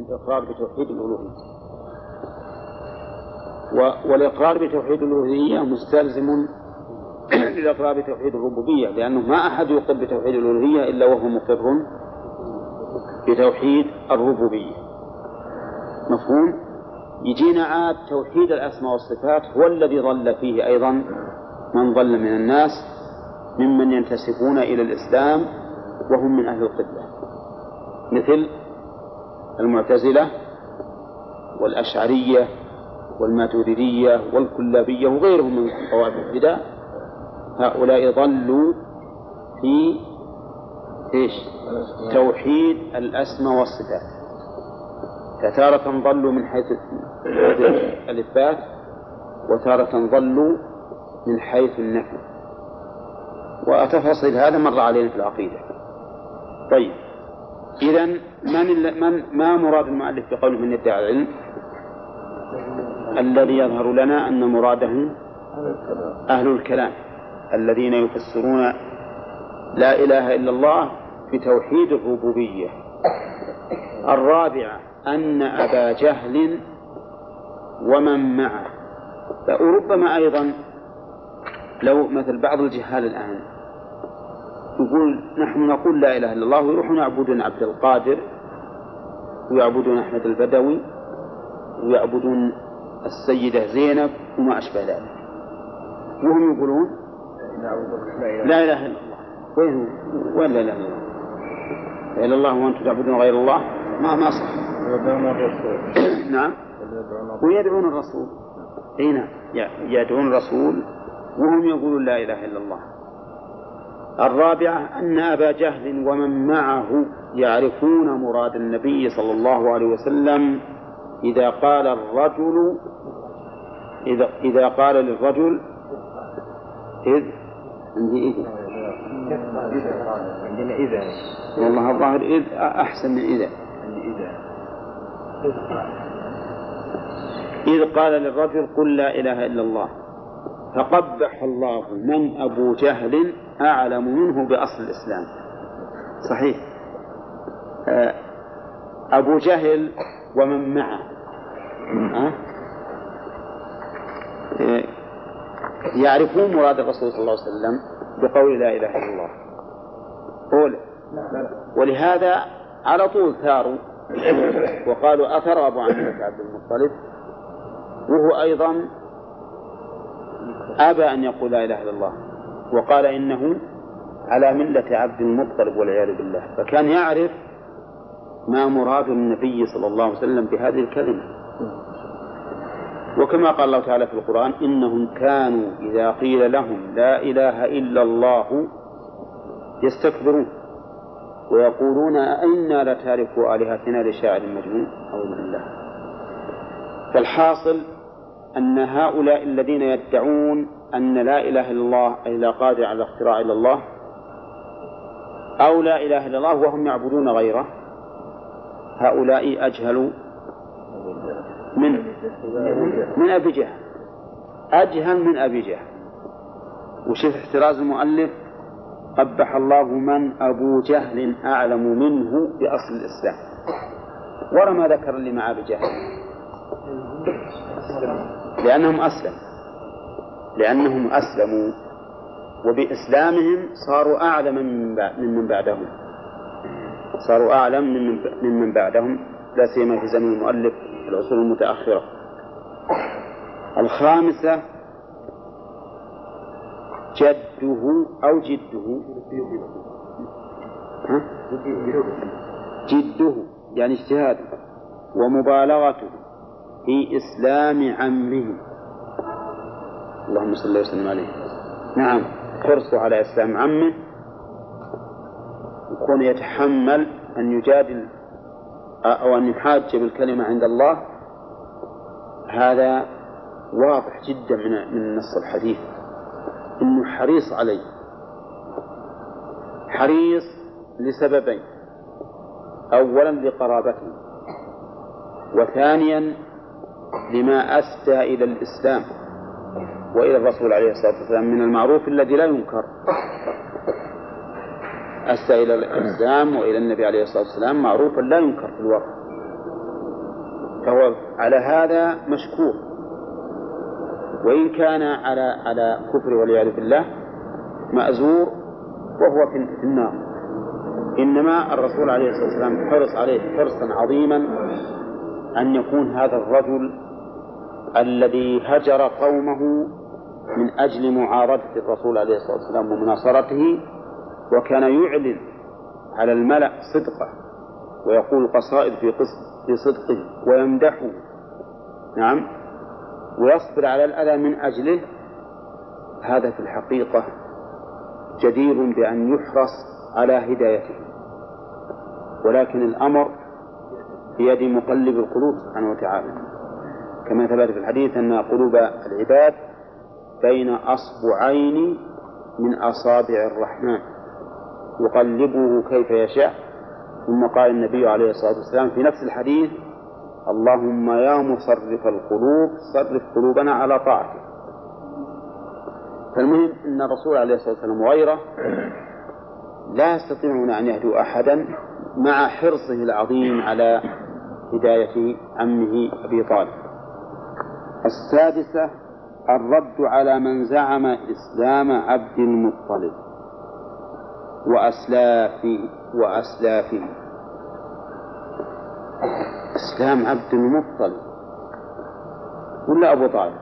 الإقرار بتوحيد الألوهية، والإقرار بتوحيد الألوهية مستلزم للإقرار بتوحيد الربوبية، لأنه ما أحد يقر بتوحيد الألوهية إلا وهو مقر بتوحيد الربوبية. مفهوم؟ يجينا عاد توحيد الأسماء والصفات هو الذي ضل فيه أيضا من ضل من الناس ممن ينتسبون إلى الإسلام وهم من أهل القبلة، مثل المعتزلة والأشعرية والماتريدية والكلابية وغيرهم من طوائف البدع. هؤلاء ضلوا في توحيد الأسماء والصفات، فتارة ضلوا من حيث الإثبات وتارة ضلوا من حيث النفي، وتفاصيل هذا مر علينا في العقيدة. طيب، إذن ما مراد المؤلف بقوله من يدعي العلم؟ الذي يظهر لنا أن مراده أهل الكلام الذين يفسرون لا إله إلا الله بتوحيد الربوبية. الرابعة أن أبا جهل ومن معه، وربما أيضا لو مثل بعض الجهال الآن يقول نحن نقول لا إله إلا الله ويروحون يعبدون عبد القادر ويعبدون أحمد البدوي ويعبدون السيدة زينب وما أشبه ذلك، وهم يقولون لا إله إلا الله. وين لا إله إلا الله؟ لا إله إلا الله وأنتم تعبدون غير الله؟ ما صح. نعم، ويدعون الرسول. نعم، يدعون الرسول وهم يقولون لا إله إلا الله. الرابعة أن أبا جهل ومن معه يعرفون مراد النبي صلى الله عليه وسلم إذا قال للرجل إذ والله الظاهر إذ أحسن من إذ قال للرجل قل لا إله إلا الله، فقبح الله من أبو جهل أعلم منه بأصل الإسلام. صحيح، أبو جهل ومن معه يعرفون مراد الرسول صلى الله عليه وسلم بقول لا إله إلا الله قوله، ولهذا على طول ثاروا وقالوا أثر أبو عمرو عبد المطلب، وهو أيضا أبى أن يقول لا إله إلا الله وقال إنه على ملة عبد المطلب والعياذ بالله، فكان يعرف ما مراد النبي صلى الله عليه وسلم بهذه الكلمة. وكما قال الله تعالى في القرآن إنهم كانوا إذا قيل لهم لا إله إلا الله يستكبرون ويقولون أئنا لتاركوا آلهتنا لشاعر مجنون أعوذ بالله. فالحاصل أن هؤلاء الذين يدعون أن لا إله إلا الله أي لا قادر على الاختراع إلا الله أو لا إله إلا الله وهم يعبدون غيره، هؤلاء أجهلوا من أبي جهل، أجهل من أبي جهل. وشوف احتراز المؤلف قبح الله من أبو جهل أعلم منه بأصل الإسلام، ورمى ذكر اللي مع أبي جهل لأنهم أسلموا وبإسلامهم صاروا أعلم ممن بعدهم، صاروا أعلم ممن بعدهم، لا سيما في زمن المؤلف في العصور المتأخرة. الخامسة جده أو جده يعني اجتهاده ومبالغته في إسلام عمه، اللهم صل وسلم عليه. نعم، حرصه على إسلام عمه يكون يتحمل أن يجادل أو أن يحاج بالكلمة عند الله، هذا واضح جدا من نص الحديث إنه حريص عليه، حريص لسببين: أولا لقرابته، وثانيا لما أسدى إلى الإسلام وإلى الرسول عليه الصلاة والسلام من المعروف الذي لا ينكر. أسدى إلى الإسلام وإلى النبي عليه الصلاة والسلام معروفا لا ينكر في الواقع، فهو على هذا مشكور، وإن كان على كفر والعياذ بالله مأزور وهو في النار. إنما الرسول عليه الصلاة والسلام حرص عليه حرصا عظيما أن يكون هذا الرجل الذي هجر قومه من أجل معارضة الرسول عليه الصلاة والسلام ومناصرته، وكان يعلن على الملأ صدقه ويقول قصائد في صدقه ويمدحه، نعم، ويصبر على الأذى من أجله، هذا في الحقيقة جدير بأن يحرص على هدايته. ولكن الأمر بيد مقلب القلوب سبحانه وتعالى، كما ثبت في الحديث أن قلوب العباد بين أصبعين من أصابع الرحمن يقلبه كيف يشاء. ثم قال النبي عليه الصلاة والسلام في نفس الحديث: اللهم يا مصرف القلوب صرف قلوبنا على طاعتك. فالمهم أن الرسول عليه الصلاة والسلام وغيره لا يستطيعون أن يهدوا أحدا مع حرصه العظيم على هداية عمه أبي طالب. السادسة الرد على من زعم إسلام عبد المطلب وأسلافه. إسلام عبد المطلب ولا أبو طالب؟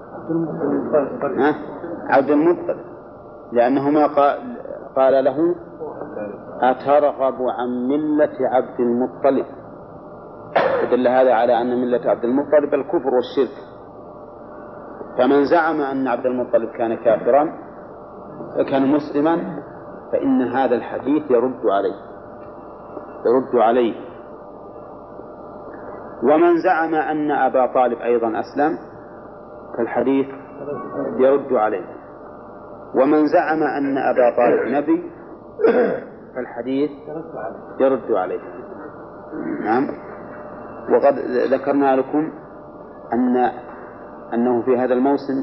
عبد المطلب، لأنه ما قال له أترغب عن ملة عبد المطلب، فدل هذا على أن ملة عبد المطلب الكفر والشرك. فمن زعم أن عبد المطلب كان كافرا كان مسلما فإن هذا الحديث يرد عليه. ومن زعم أن أبا طالب أيضا أسلم فالحديث يرد عليه. ومن زعم أن أبا طالب نبي فالحديث يرد عليه. نعم. وقد ذكرنا لكم أنه في هذا الموسم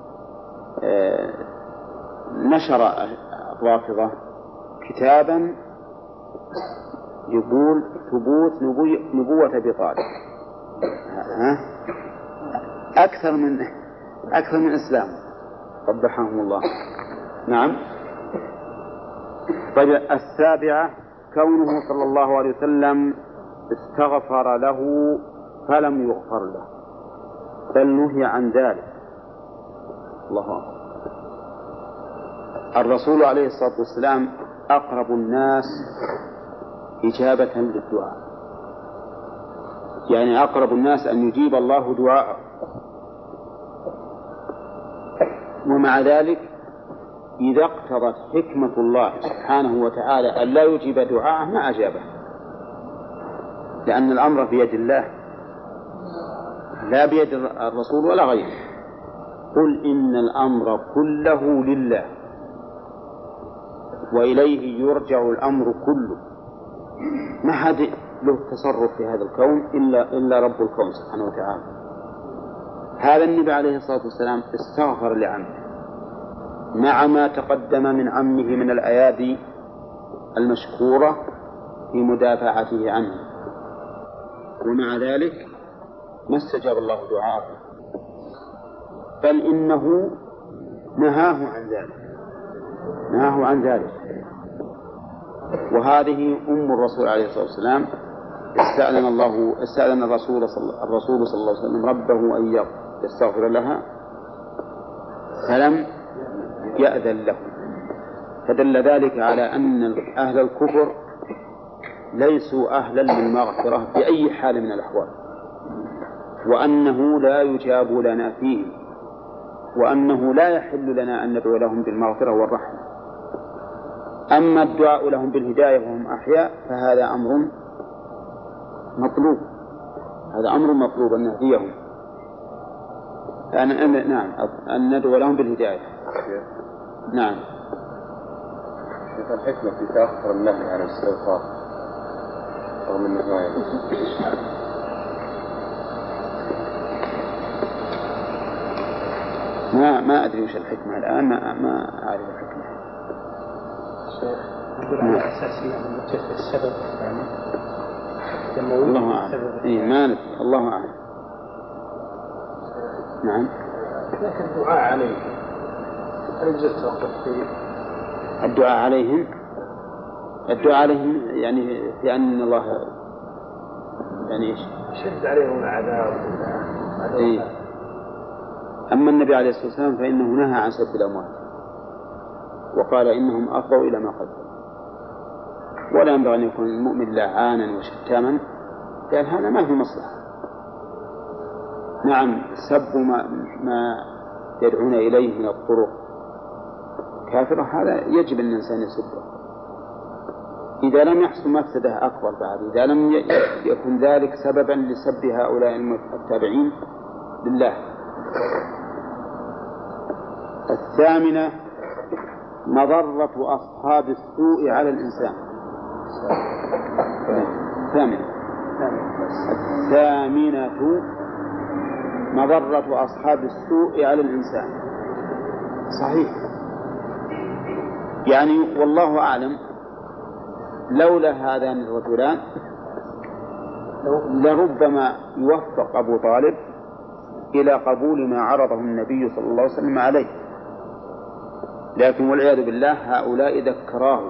نشر الرافضة كتابا يقول ثبوت نبوة أبي طالب أكثر من إسلام، قبحهم الله. نعم. طيب، السابعة كونه صلى الله عليه وسلم استغفر له فلم يغفر له بل نهي عن ذلك. الله أكبر. الرسول عليه الصلاة والسلام أقرب الناس إجابة للدعاء، يعني أقرب الناس أن يجيب الله دعاءه، ومع ذلك إذا اقتضت حكمة الله سبحانه وتعالى أن لا يجيب دعاءه ما أجابه، لأن الأمر في يد الله لا بيد الرسول ولا غيره. قل إن الأمر كله لله وإليه يرجع الأمر كله، ما حد له تصرف في هذا الكون إلا رب الكون سبحانه وتعالى. هذا النبي عليه الصلاة والسلام استغفر لعمه مع ما تقدم من عمه من الأيادي المشكورة في مدافعته عنه، ومع ذلك ما استجاب الله دعاءه، بل إنه نهاه عن ذلك. وهذه أم الرسول عليه الصلاة والسلام استأذن الرسول صلى الله عليه وسلم ربه أن يستغفر لها فلم يأذن له، فدل ذلك على أن أهل الكفر ليسوا أهلا للمغفرة بأي حال من الأحوال، وأنه لا يجاب لنا فيه، وأنه لا يحل لنا أن ندعو لهم بالمغفرة والرحمة. أما الدعاء لهم بالهداية وهم أحياء فهذا أمر مطلوب أن نهديهم، نعم، أن ندعو لهم بالهداية. نعم. الحكمة في تأخر النهي عن الاستغفار رغم أنه ما أدري وش الحكمة الآن، ما أعرف الحكمة. يقول على أساس السبب يعني الدموي الله أعلم. إيه ما ندري، الله أعلم. نعم. لكن الدعاء عليهم هل يجوز توقف فيه؟ الدعاء عليهم، الدعاء عليهم يعني في أن الله يعني إيش؟ شد عليهم العذاب. إيه. أما النبي عليه الصلاة والسلام فإنه نهى عن سب الأموات وقال إنهم أفضوا إلى ما قدموا، ولا ينبغي أن يكون المؤمن لعانا وشتاما، لأن هذا ما في مصلحة. نعم سب ما يدعون إليه من الطرق كافرة، هذا يجب أن الإنسان يسبه إذا لم يحصل مفسدة أكبر بعد، إذا لم يكن ذلك سببا لسب هؤلاء التابعين لله. الثامنة مضرة أصحاب السوء على الإنسان. الثامنة مضرة أصحاب السوء على الإنسان. صحيح، يعني والله أعلم لولا هذان الرجلان لربما يوفق أبو طالب إلى قبول ما عرضه النبي صلى الله عليه وسلم عليه، لكن والعياذ بالله هؤلاء ذكراه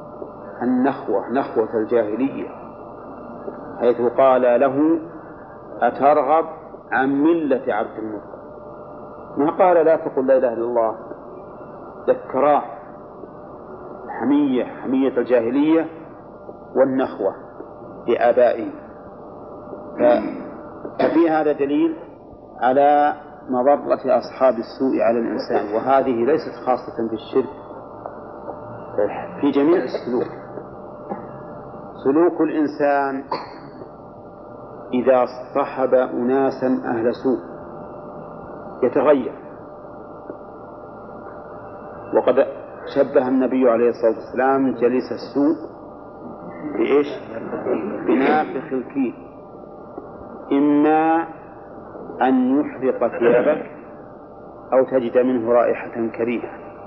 نخوة الجاهلية، حيث قال له أترغب عن ملة عبد المطلب، ما قال لا تقل لا إله إلا الله، ذكراه حمية الجاهلية والنخوة لآبائه. ففي هذا دليل على مضرة أصحاب السوء على الإنسان، وهذه ليست خاصة بالشرك، في جميع السلوك. سلوك الإنسان إذا اصطحب أناسا أهل سوء يتغير، وقد شبه النبي عليه الصلاة والسلام جليس السوء بإيش؟ بنافخ الكيل، إما أن يحرق ثيابك أو تجد منه رائحة كريهة.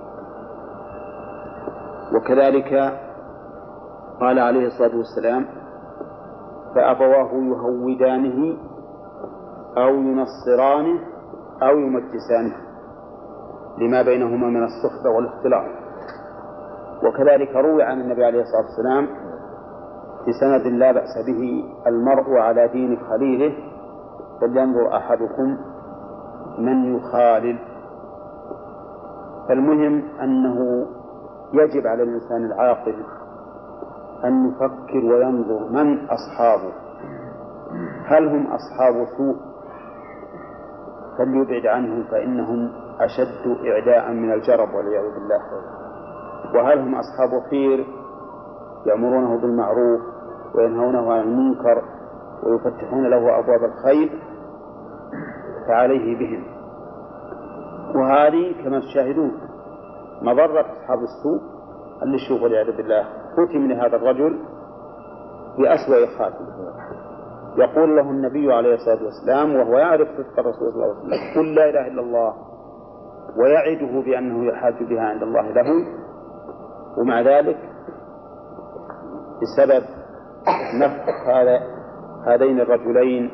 وكذلك قال عليه الصلاة والسلام فأبواه يهودانه أو ينصرانه أو يمجسانه لما بينهما من الصحبة والاختلاط. وكذلك روي عن النبي عليه الصلاة والسلام في سند لا بأس به المرء على دين خليله فلينظر أحدكم من يخالل. فالمهم أنه يجب على الإنسان العاقل أن يفكر وينظر من أصحابه، هل هم أصحاب سوء فليبعد عنهم فإنهم أشد إعداء من الجرب والعياذ بالله، وهل هم أصحاب خير يأمرونه بالمعروف وينهونه عن المنكر ويفتحون له أبواب الخير فعليه بهم. وهذه كما تشاهدون مضرة أصحاب السوء اللي شوف والعياذ بالله. ختم من هذا الرجل بأسوأ خاتم، يقول له النبي عليه الصلاة والسلام وهو يعرف صدق الرسول صلى الله عليه وسلم قل لا إله إلا الله، ويعده بأنه يحاج بها عند الله له، ومع ذلك بسبب نفخ هذين الرجلين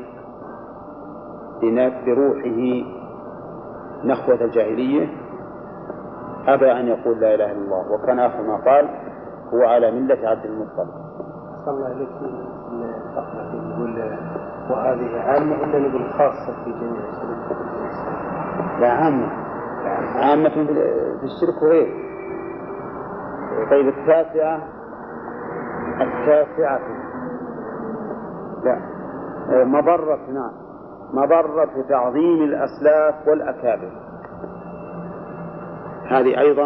بروحه نخوة الجاهلية أبى أن يقول لا إله إلا الله، وكان آخر ما قال هو على ملة عبد المطلب. صلى الله عليه وسلم يقول وهذه عامة ولا نقول خاصة في جميع الشرك؟ لا عامة في الشرك وغيره. طيب التاسعة لا مضرة تعظيم الأسلاف والأكابر، هذه أيضا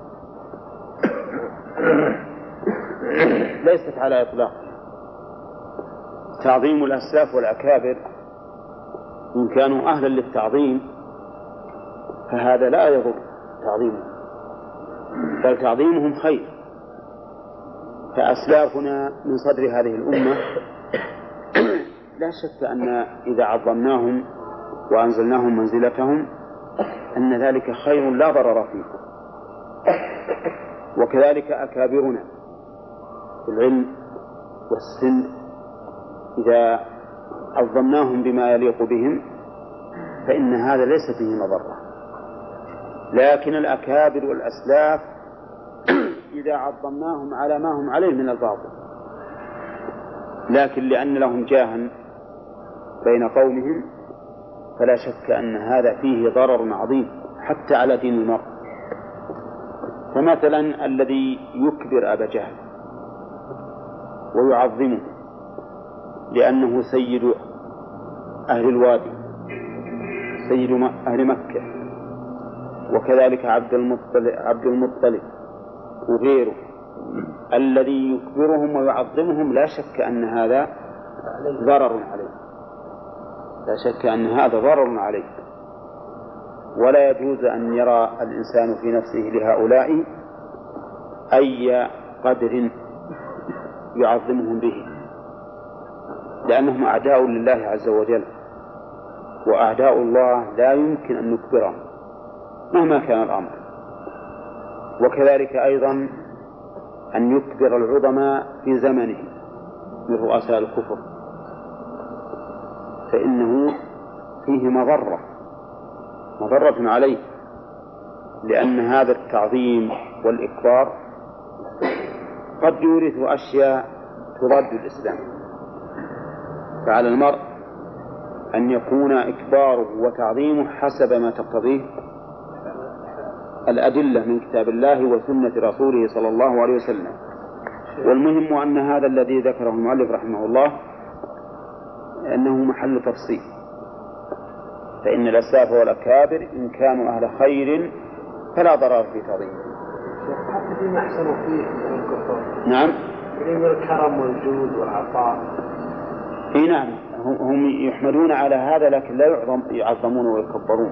ليست على إطلاق. تعظيم الأسلاف والأكابر إن كانوا أهلا للتعظيم فهذا لا يضر تعظيمهم، بل تعظيمهم خير. فأسلافنا من صدر هذه الأمة لا شك أن إذا عظمناهم وأنزلناهم منزلتهم أن ذلك خير لا ضرر فيه. وكذلك أكابرنا في العلم والسن إذا عظمناهم بما يليق بهم فإن هذا ليس فيه مضرة. لكن الأكابر والأسلاف إذا عظمناهم على ما هم عليه من الباطل، لكن لأن لهم جاها بين قومهم فلا شك أن هذا فيه ضرر عظيم حتى على دين المرء. فمثلا الذي يكبر أبا جهل ويعظمه لأنه سيد أهل الوادي، سيد أهل مكة، وكذلك عبد المطلب وغيره، الذي يكبرهم ويعظمهم لا شك أن هذا ضرر عليه، لا شك أن هذا ضرر عليه. ولا يجوز أن يرى الإنسان في نفسه لهؤلاء أي قدر يعظمهم به، لأنهم أعداء لله عز وجل، وأعداء الله لا يمكن أن نكبرهم مهما كان الأمر. وكذلك أيضا أن يكبر العظماء في زمنه من رؤساء الكفر، فإنه فيه مضرة عليه، لأن هذا التعظيم والإكبار قد يورث أشياء تضاد الإسلام. فعلى المرء أن يكون إكباره وتعظيمه حسب ما تقتضيه الأدلة من كتاب الله وسنة رسوله صلى الله عليه وسلم. والمهم أن هذا الذي ذكره المؤلف رحمه الله أنه محل تفصيل، فإن الأسلاف والأكابر إن كانوا أهل خير فلا ضرر في تعظيمهم. حتى فيما أحسنوا فيه من الكفار. نعم. من الكرم والجود والعطاء. إيه نعم، هم يحمدون على هذا لكن لا يعظمون ويكبرون.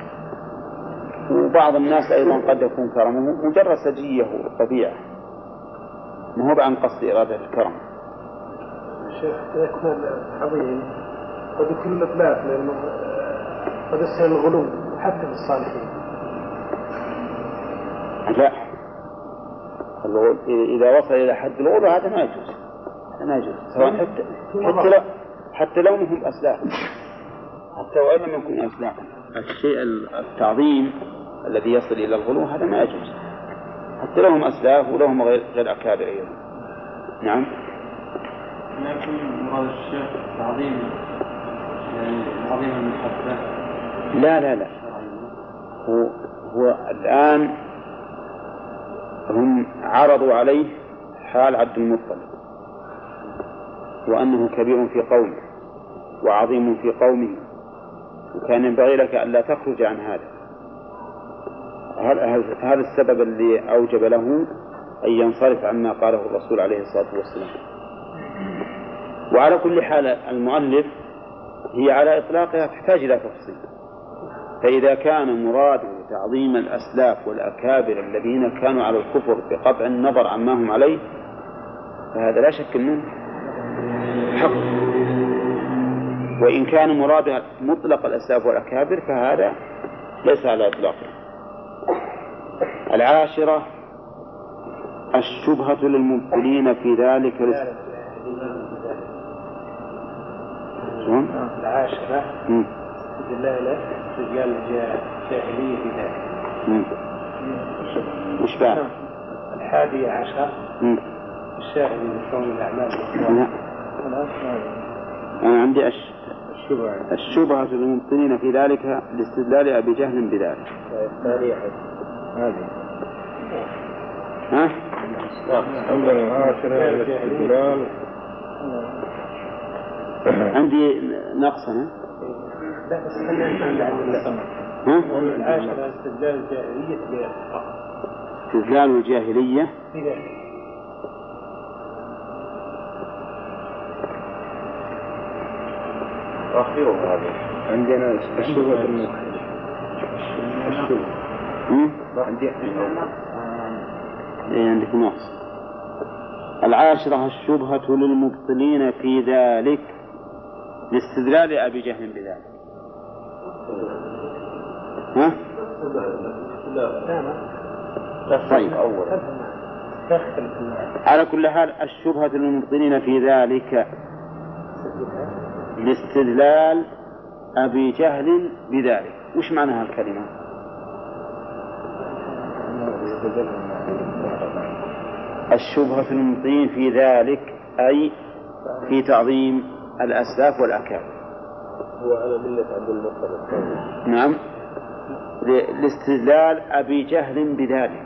وبعض الناس أيضا قد يكون كرمه مجرد سجية وطبيعة، ما هو عن قصد إرادة الكرم. الشيخ يكون عظيم قد يكون الإطلاق، لأنه قد يصير الغلو حتى في الصالحين. لا، إذا وصل إلى حد الغلو هذا ما يجوز، سواء حتى لو هم أسلاف، حتى وإن لم يكن أسلاف. الشيء التعظيم الذي يصل إلى الغلو هذا ما يجوز، حتى لهم أسلاف ولهم غير أكابر أيضا. نعم. ما يكون مراد الشيخ تعظيم، يعني تعظيم المحبة؟ لا هو الآن هم عرضوا عليه حال عبد المطلب، وأنه كبير في قومه وعظيم في قومه، وكان ينبغي لك أن لا تخرج عن هذا. هذا السبب اللي أوجب له أن ينصرف عما قاله الرسول عليه الصلاة والسلام. وعلى كل حال المؤلف هي على إطلاقها تحتاج إلى تفصيل. فإذا كان مراده تعظيم الأسلاف والأكابر الذين كانوا على الكفر بقطع النظر عما هم عليه، فهذا لا شك أنه حق. وإن كان مراده مطلق الأسلاف والأكابر فهذا ليس على إطلاقه. العاشرة الشبهة للمبطلين في ذلك. العاشرة استدلال رجال الجاهلية في ذلك. مش بعد 11 الشاهد بكون الأعمال. أنا عندي الشبهة للمبطلين في ذلك لاستدلال أبي جهل بذلك. ها؟ عندي نقصنا. لا بس ها؟ العاشرة استدلال الجاهلية بالحق. استدلال الجاهلية أخيرها هذا عندنا الشبهة عندك نقص. العاشرة الشبهة للمبطلين في ذلك لاستدلال أبي جهل بذلك. ها؟ طيب. على كل حال الشبهة للمبطلين في ذلك لاستدلال أبي جهل بذلك. وش معنى هالكلمة؟ الشبهة المبطلين في ذلك أي في تعظيم الأسلاف والأكابر. هو على ملة عبد المطلب. نعم، لاستدلال أبي جهل بذلك،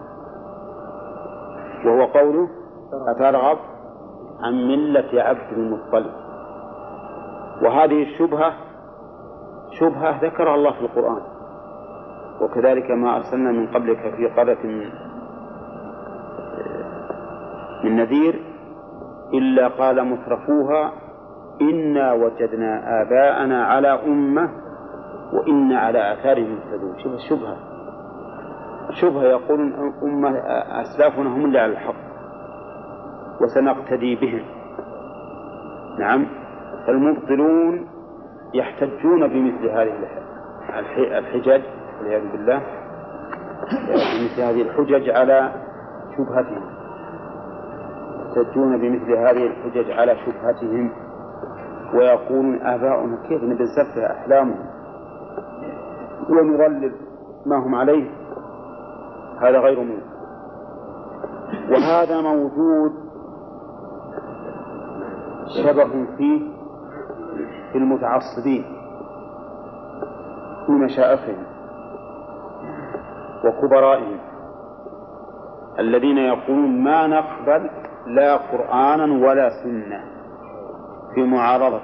وهو قوله أترغب عن ملة عبد المطلب. وهذه الشبهة شبهة ذكرها الله في القرآن، وكذلك ما أرسلنا من قبلك في قرية من نذير إلا قال مترفوها إنا وجدنا آباءنا على أمة وإنا على آثارهم مهتدون. شبهة يقولون أمة أسلافنا هم اللي على الحق وسنقتدي بهم. نعم، فالمبطلون يحتجون بمثل هذه الحجج والعياذ بالله، بمثل هذه الحجج على شبهتهم، يحتجون بمثل هذه الحجج على شبهتهم ويقولون آباؤنا كيف نسفه أحلامهم ونضلل ما هم عليه، هذا غير ممكن. وهذا موجود شبه فيه في المتعصبين من مشائخهم وكبرائهم الذين يقولون ما نقبل لا قرآنا ولا سنة في معارضة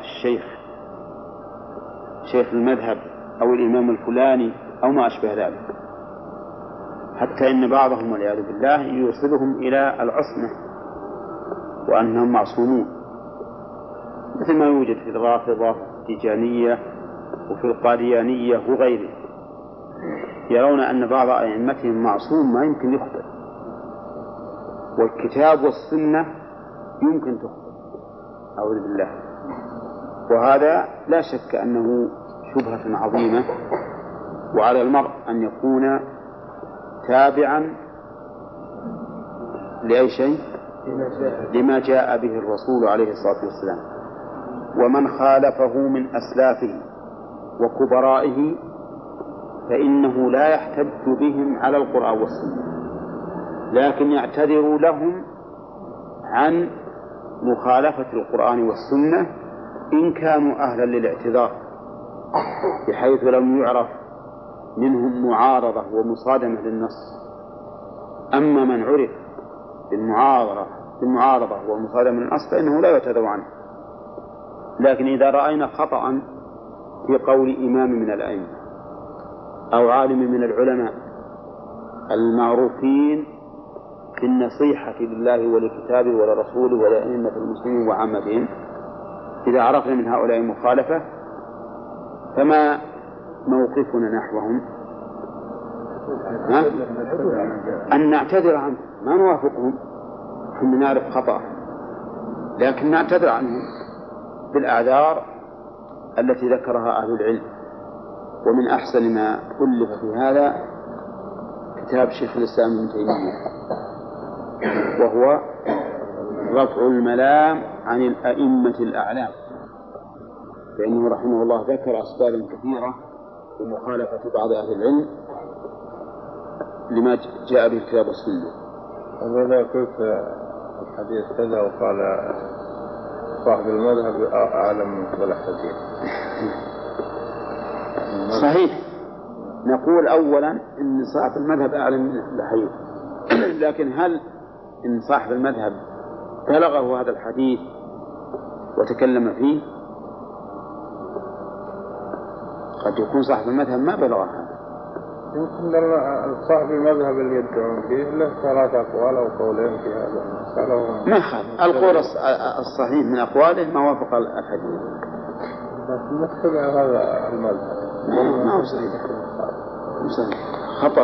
شيخ المذهب أو الإمام الفلاني أو ما أشبه ذلك، حتى إن بعضهم والعياذ بالله يوصلهم إلى العصمة وأنهم معصومون، مثل ما يوجد في الرافضة التيجانية وفي القاديانية وغيره، يرون أن بعض أئمتهم معصوم ما يمكن يخطئ، والكتاب والسنة يمكن تخطئ، أعوذ بالله. وهذا لا شك أنه شبهة عظيمة، وعلى المرء أن يكون تابعا لأي شيء لما جاء به الرسول عليه الصلاة والسلام، ومن خالفه من أسلافه وكبرائه فإنه لا يحتج بهم على القرآن والسنة، لكن يعتذر لهم عن مخالفة القرآن والسنة إن كانوا أهلا للاعتذار، بحيث لم يعرف منهم معارضة ومصادمة للنص. أما من عرف بالمعارضة والمصادمة للنص فإنه لا يعتذر عنه. لكن إذا رأينا خطأ في قول إمام من الأئمة أو عالم من العلماء المعروفين بالنصيحة لله ولكتابه ولرسوله ولأئمة المسلمين وعامتهم، إذا عرفنا من هؤلاء مخالفة فما موقفنا نحوهم؟ أن نعتذر عنهم، ما نوافقهم، نحن نعرف خطأ لكن نعتذر عنهم بالأعذار التي ذكرها أهل العلم. ومن أحسن ما ألف في هذا كتاب شيخ الإسلام ابن تيمية، وهو رفع الملام عن الأئمة الأعلام، فإنه رحمه الله ذكر أسبابا كثيرة ومخالفة بعض أهل العلم لما جاء به الكتاب والسنة. وإذا قلت الحديث كذا وقال صاحب المذهب أعلم من صلاح الدين، صحيح، نقول أولا إن صاحب المذهب أعلم من الحديث، لكن هل إن صاحب المذهب بلغه هذا الحديث وتكلم فيه؟ قد يكون صاحب المذهب ما بلغه هذا. يمكن صاحب المذهب اللي يدعون فيه له 3 أقوال أو قولين في هذا المسألة، ما خالف القول الصحيح من أقواله ما وافق الحديث، بس نتبع هذا المذهب ما هو صحيح، خطر.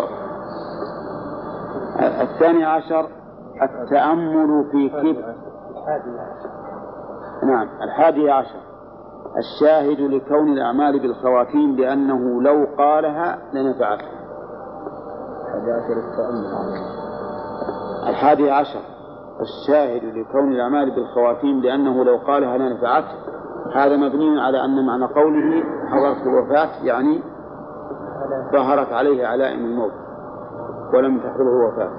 12 التأمل في كبر. 11 الشاهد لكون الأعمال بالخواتيم لأنه لو قالها لنفعته. 11 الشاهد لكون الأعمال بالخواتيم لأنه لو قالها لنفعته، هذا مبني على أن معنى قوله حضرت الوفاة يعني ظهرت عليه علائم الموت ولم تحضره وفاة.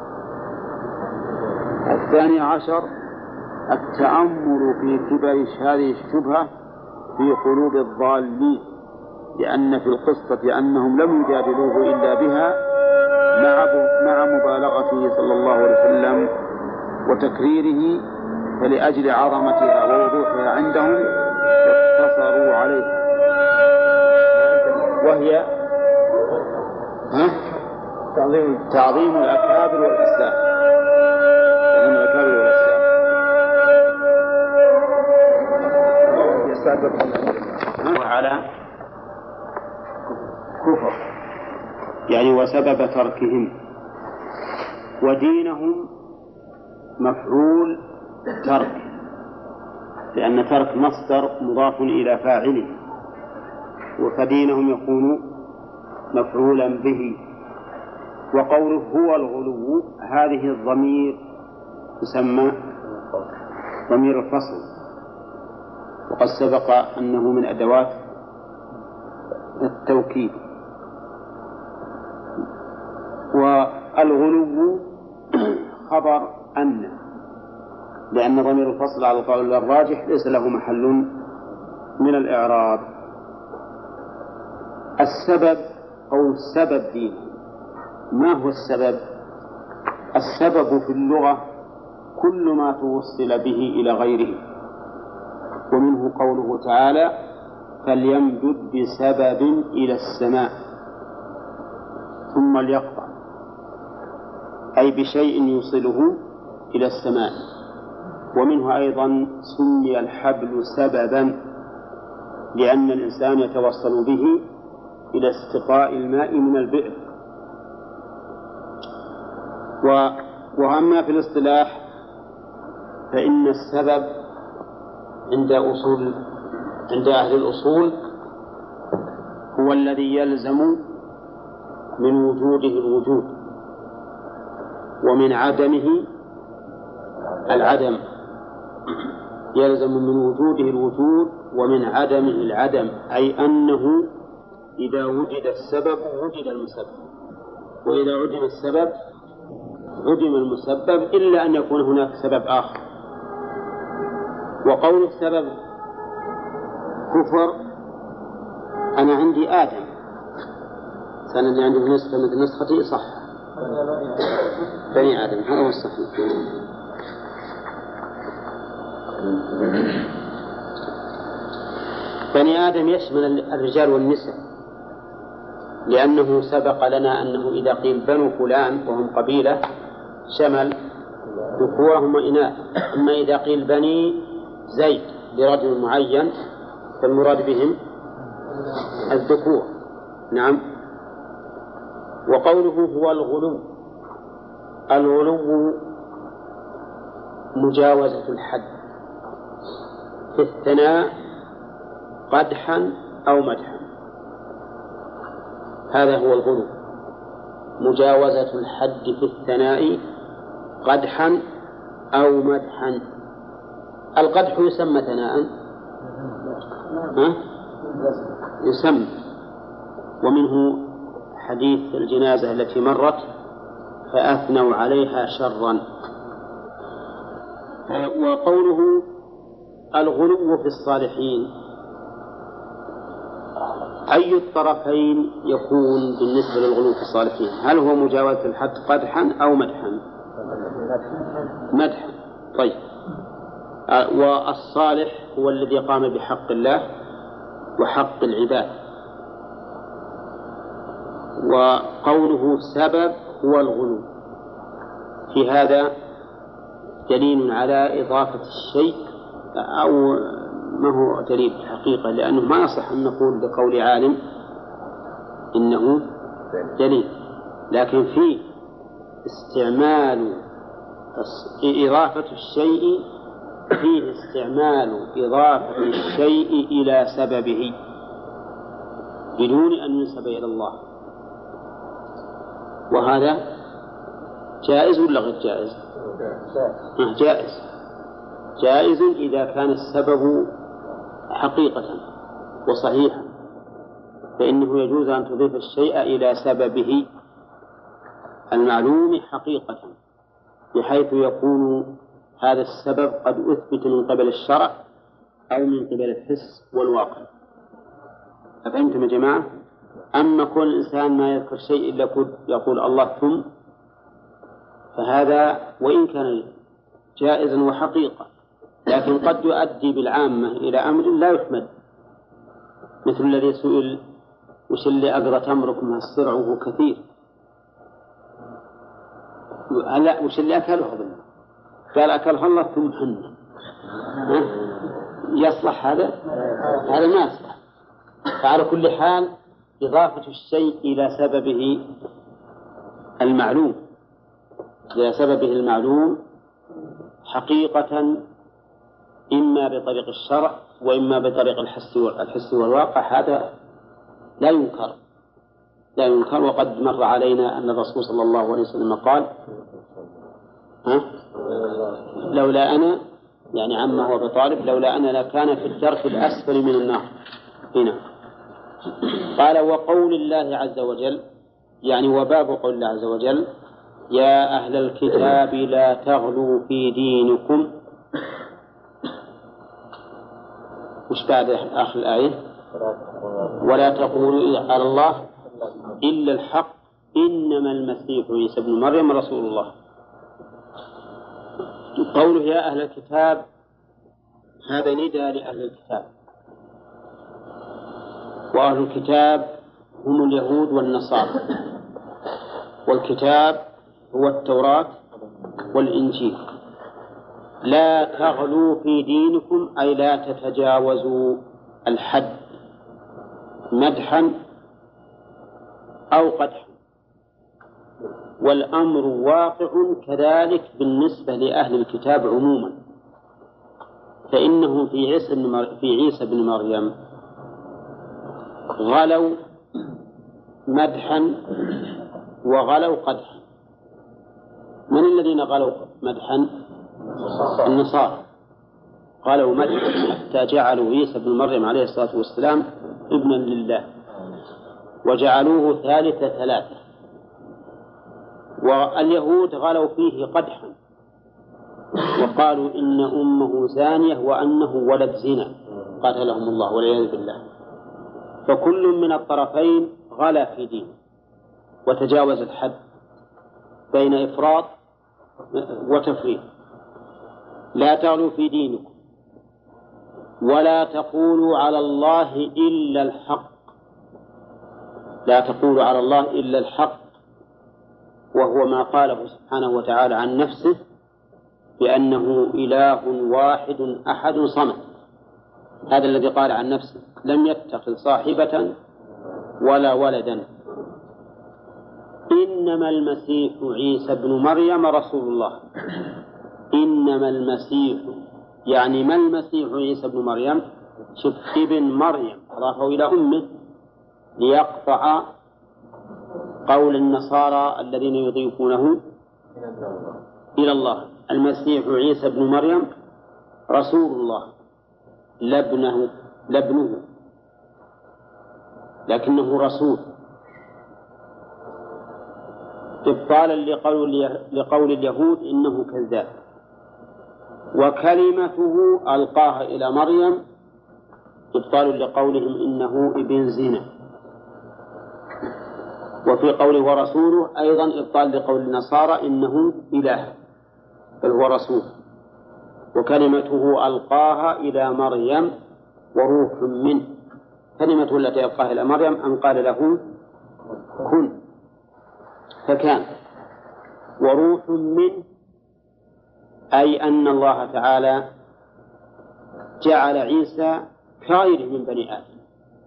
12 التأمل في كبر هذه الشبهة في قلوب الضالين، لأن في القصة أنهم لم يجادلوه إلا بها مع مبالغته صلى الله عليه وسلم وتكريره، فلأجل عظمتها ووضوحها عندهم اقتصروا عليها، وهي تعظيم الأكابر والأسلاف. وعلى كفر يعني وسبب تركهم، ودينهم مفعول ترك، لأن ترك مصدر مضاف إلى فاعله، فدينهم يكون مفعولا به. وقوله هو الغلو هذه الضمير تسمى ضمير الفصل، وقد سبق أنه من أدوات التوكيد. والغلو خبر أن، لأن ضمير الفصل على القول الراجح ليس له محل من الإعراب. السبب أو السبب دين، ما هو السبب؟ السبب في اللغة كل ما توصل به إلى غيره، ومنه قوله تعالى فليمدد بسبب إلى السماء ثم ليقطع، أي بشيء يوصله إلى السماء. ومنه أيضا سمي الحبل سببا، لأن الإنسان يتوصل به إلى استقاء الماء من البئر. وأما في الاصطلاح فإن السبب عند أهل الأصول هو الذي يلزم من وجوده الوجود ومن عدمه العدم، يلزم من وجوده الوجود ومن عدمه العدم، أي أنه إذا وجد السبب وجد المسبب، وإذا عدم السبب عدم المسبب، إلا أن يكون هناك سبب آخر. وقول السبب كفر، أنا عندي آدم، سنة اللي عنده نسخة مثل نسختي صح، بني آدم، هذا هو الصحيح. بني آدم يشمل الرجال والنساء، لأنه سبق لنا أنه إذا قيل بنو فلان وهم قبيلة شمل ذكورهم وإناث، أما إذا قيل بني زيد لرجل معين فالمراد بهم الذكور. نعم. وقوله هو الغلو، الغلو مجاوزة الحد في الثناء قدحا أو مدحا، هذا هو الغلو، مجاوزة الحد في الثناء قدحا أو مدحا. القدح يسمى ثناء، يسمى، ومنه حديث الجنازة التي مرت فأثنوا عليها شرا. وقوله الغلو في الصالحين، أي الطرفين يكون بالنسبة للغلو في الصالحين؟ هل هو مجاوزة الحد قدحا أو مدحا؟ مدحا. طيب. والصالح هو الذي قام بحق الله وحق العباد. وقوله سبب هو الغلو، في هذا دليل على إضافة الشيء، أو ما هو دليل الحقيقة، لأنه ما يصح أن نقول بقول عالم إنه دليل، لكن فيه استعمال إضافة الشيء، فيه استعمال إضافة الشيء إلى سببه بدون أن ينسب إلى الله، وهذا جائز ولا غير جائز؟ جائز. جائز إذا كان السبب حقيقة وصحيحا، فإنه يجوز أن تضيف الشيء إلى سببه المعلوم حقيقة، بحيث يكون هذا السبب قد أثبت من قبل الشرع أو من قبل الحس والواقع. أفهمتم يا جماعة؟ أما كل إنسان ما يذكر شيء إلا يقول الله ثم، فهذا وإن كان جائزا وحقيقة، لكن قد يؤدي بالعامة إلى أمر لا يحمد، مثل الذي سئل وش اللي أقرأ تمركم السرع وهو كثير، لا وش اللي أكله هذا؟ قال أكله الله ثم حنا، يصلح هذا؟ هذا ما يصلح. فعلى كل حال إضافة الشيء إلى سببه المعلوم، إلى سببه المعلوم حقيقة، إما بطريق الشرع وإما بطريق الحس والواقع، هذا لا ينكر. وقد مر علينا أن الرسول صلى الله عليه وسلم قال لولا أنا، يعني عمه أبي طالب، لولا أنا لكان في الدرك الأسفل من النار. هنا قال وقول الله عز وجل، يعني وباب قول الله عز وجل يا أهل الكتاب لا تغلوا في دينكم. وش بعد آخر الآية؟ ولا تقولوا على الله إلا الحق إنما المسيح عيسى ابن مريم رسول الله. قوله يا أهل الكتاب هذا نداء لأهل الكتاب، وأهل الكتاب هم اليهود والنصارى، والكتاب هو التوراة والإنجيل. لا تغلوا في دينكم أي لا تتجاوزوا الحد مدحا أو قدحا، والأمر واقع كذلك بالنسبة لأهل الكتاب عموما، فإنه في عيسى بن مريم غلوا مدحا وغلوا قدحا. من الذين غلوا مدحا؟ النصارى غلوا مدحا حتى جعلوا عيسى بن مريم عليه الصلاة والسلام ابنا لله، وجعلوه ثالث ثلاثة. واليهود غلوا فيه قدحا وقالوا إن أمه زانية وأنه ولد زنا قاتلهم الله والعياذ بالله. فكل من الطرفين غلا في دينه وتجاوز الحد بين إفراط وتفريط. لا تغلوا في دينكم ولا تقولوا على الله إلا الحق. لا تقولوا على الله إلا الحق، وهو ما قاله سبحانه وتعالى عن نفسه بأنه إله واحد أحد صمد. هذا الذي قال عن نفسه لم يتخذ صاحبة ولا ولدا. إنما المسيح عيسى بن مريم رسول الله. إنما المسيح يعني ما المسيح عيسى بن مريم؟ شوف ابن مريم أضافه إلى أمه ليقطع قول النصارى الذين يضيفونه إلى الله. المسيح عيسى بن مريم رسول الله لابنه لكنه رسول، إبطالا لقول اليهود إنه كذاب. وكلمته ألقاها إلى مريم إبطال لقولهم إنه ابن زنا. وفي قوله ورسوله أيضا إبطال لقول النصارى إنه إله بل هو رسول. وكلمته ألقاها إلى مريم وروح منه. كلمته التي ألقاها إلى مريم أن قال له كن فكان. وروح منه أي أن الله تعالى جعل عيسى كغيره من بني آدم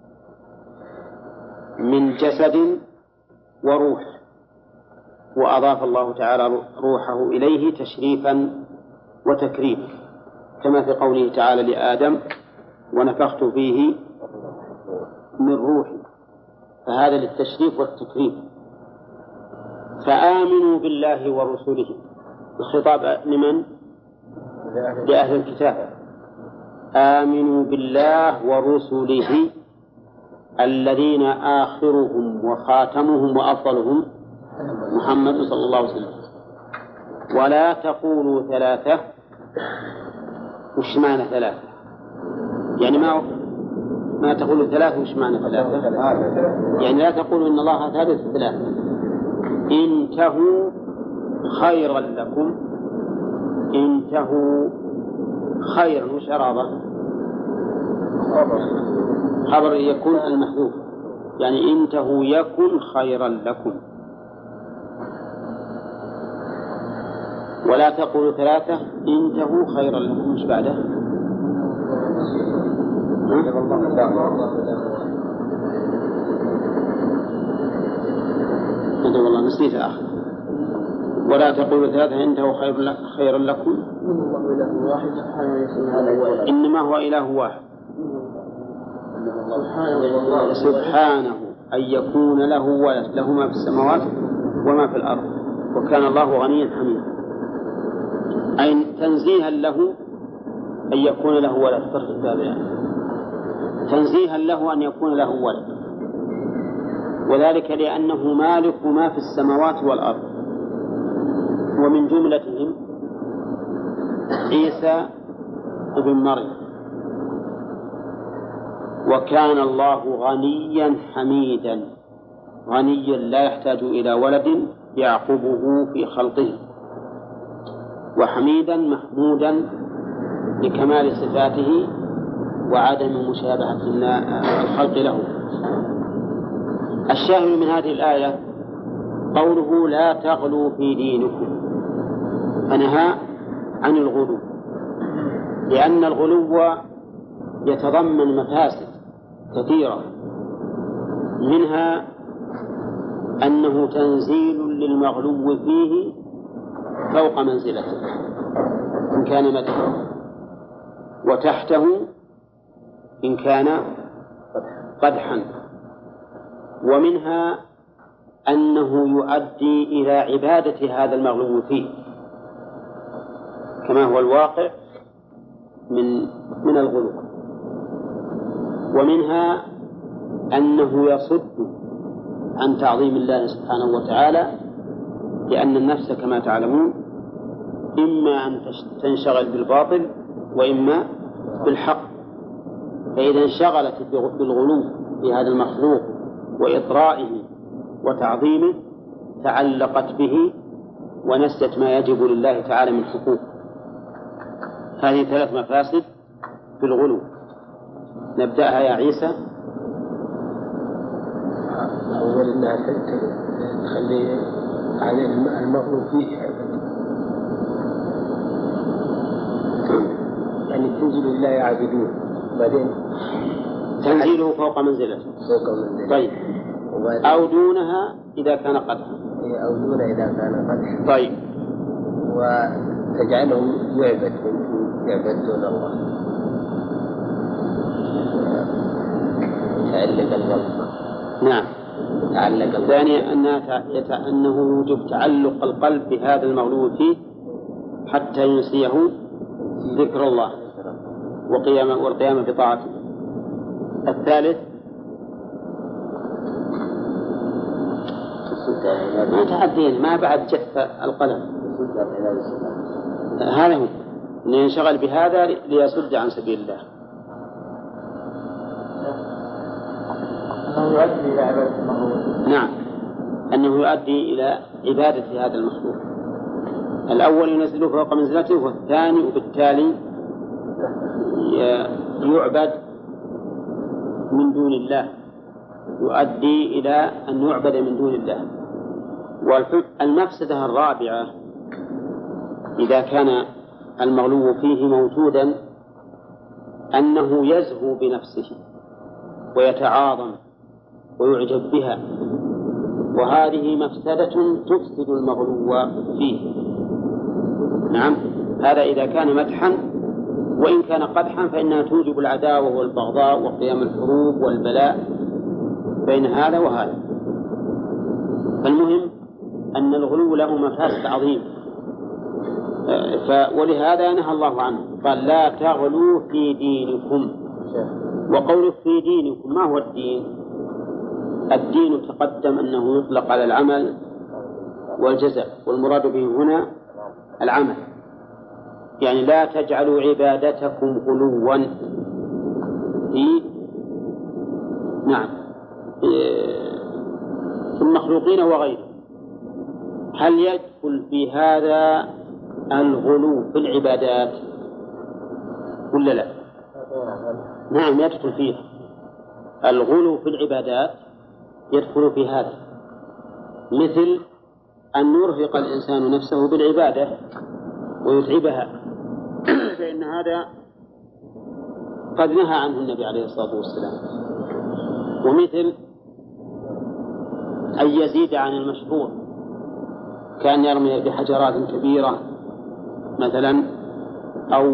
من جسد وروح، وأضاف الله تعالى روحه إليه تشريفا وتكريما، كما في قوله تعالى لآدم ونفخت فيه من روحي، فهذا للتشريف والتكريم. فآمنوا بالله ورسله. الخطاب لمن؟ لأهل الكتاب. آمنوا بالله ورسله الذين آخرهم وخاتمهم وأفضلهم محمد صلى الله عليه وسلم. ولا تقولوا ثلاثة. وش معنى ثلاثة؟ يعني ما تقولوا ثلاثة. وش معنى ثلاثة؟ يعني لا تقولوا إن الله ثالث ثلاثة. انتهوا خيرا لكم. انتهوا خيرا. وش أرابة؟ خبر يكون المحذوف، يعني انتهوا يكن خيرا لكم. ولا تقولوا ثلاثة. انتهوا خيرا لكم. مش بعده؟ انت والله نسيت آخر. ولا تقولوا ثلاثة. انتهوا خيرا لكم. إنما هو إله واحد سبحانه أن يكون له ولد، له ما في السماوات وما في الأرض، وكان الله غنيا حميدا. أي تنزيها له أن يكون له ولد. فرق التابعين تنزيها له أن يكون له ولد، وذلك لأنه مالك ما في السماوات والأرض. ومن جملتهم عيسى ابن مريم. وكان الله غنيا حميدا، غنيا لا يحتاج إلى ولد يعقبه في خلقه، وحميدا محمودا لكمال صفاته وعدم مشابهة الخلق له. الشاهد من هذه الآية قوله لا تغلوا في دينكم، فنهى عن الغلو، لأن الغلو يتضمن مفاسد كثيرة، منها أنه تنزيل للمغلو فيه فوق منزلته إن كان مدحا، وتحته إن كان قدحا، ومنها أنه يؤدي إلى عبادة هذا المغلو فيه كما هو الواقع من الغلو. ومنها أنه يصد عن تعظيم الله سبحانه وتعالى، لأن النفس كما تعلمون إما أن تنشغل بالباطل وإما بالحق، فإذا انشغلت بالغلو في هذا المخلوق وإطرائه وتعظيمه تعلقت به ونست ما يجب لله تعالى من حقوق. هذه 3 مفاسد في الغلو. نبدأها يا عيسى. أول أنها تخلي عليه المغلوب فيه يعني تنزل الله يعبدون، بعدين تنزيله فوق منزلته. طيب. أو دونها إذا كان قدحا. أو دونها إذا كان قدحا. طيب. وتجعلهم يعبد دون الله. يتعلق القلب. نعم. الثانية أنه يوجب تعلق القلب بهذا المغلوب فيه حتى ينسيه ذكر الله والقيام بطاعته. الثالث ما تعدين ما بعد جف القلم. هذا هو أن ينشغل بهذا ليصد عن سبيل الله. أنه يؤدي إلى عبادة المخلوق. نعم، أنه يؤدي إلى عبادة هذا المخلوق. الأول ينزله فوق منزلته، والثاني وبالتالي يعبد من دون الله، يؤدي إلى أن يعبد من دون الله. والمفسدة الرابعة إذا كان المغلو فيه موجودا أنه يزهو بنفسه ويتعاظم ويعجب بها، وهذه مفسدة تفسد المغلو فيه. نعم، هذا إذا كان مدحا، وإن كان قدحا فإنها توجب العداوة والبغضاء وقيام الحروب والبلاء بين هذا وهذا. فالمهم أن الغلو له مفاسد عظيمة، ولهذا نهى الله عنه، قال لا تغلوا في دينكم. وقوله في دينكم، ما هو الدين؟ الدين تقدم أنه يطلق على العمل والجزاء، والمراد به هنا العمل. يعني لا تجعلوا عبادتكم غلوا في في المخلوقين وغيرهم. هل يدخل في هذا الغلو في العبادات ولا لا؟ نعم يدخل فيه. الغلو في العبادات يدخل في هذا، مثل أن يرهق الإنسان نفسه بالعبادة ويتعبها، فإن هذا قد نهى عنه النبي عليه الصلاة والسلام. ومثل أن يزيد عن المشروع، كان يرمي بحجرات كبيرة مثلا، أو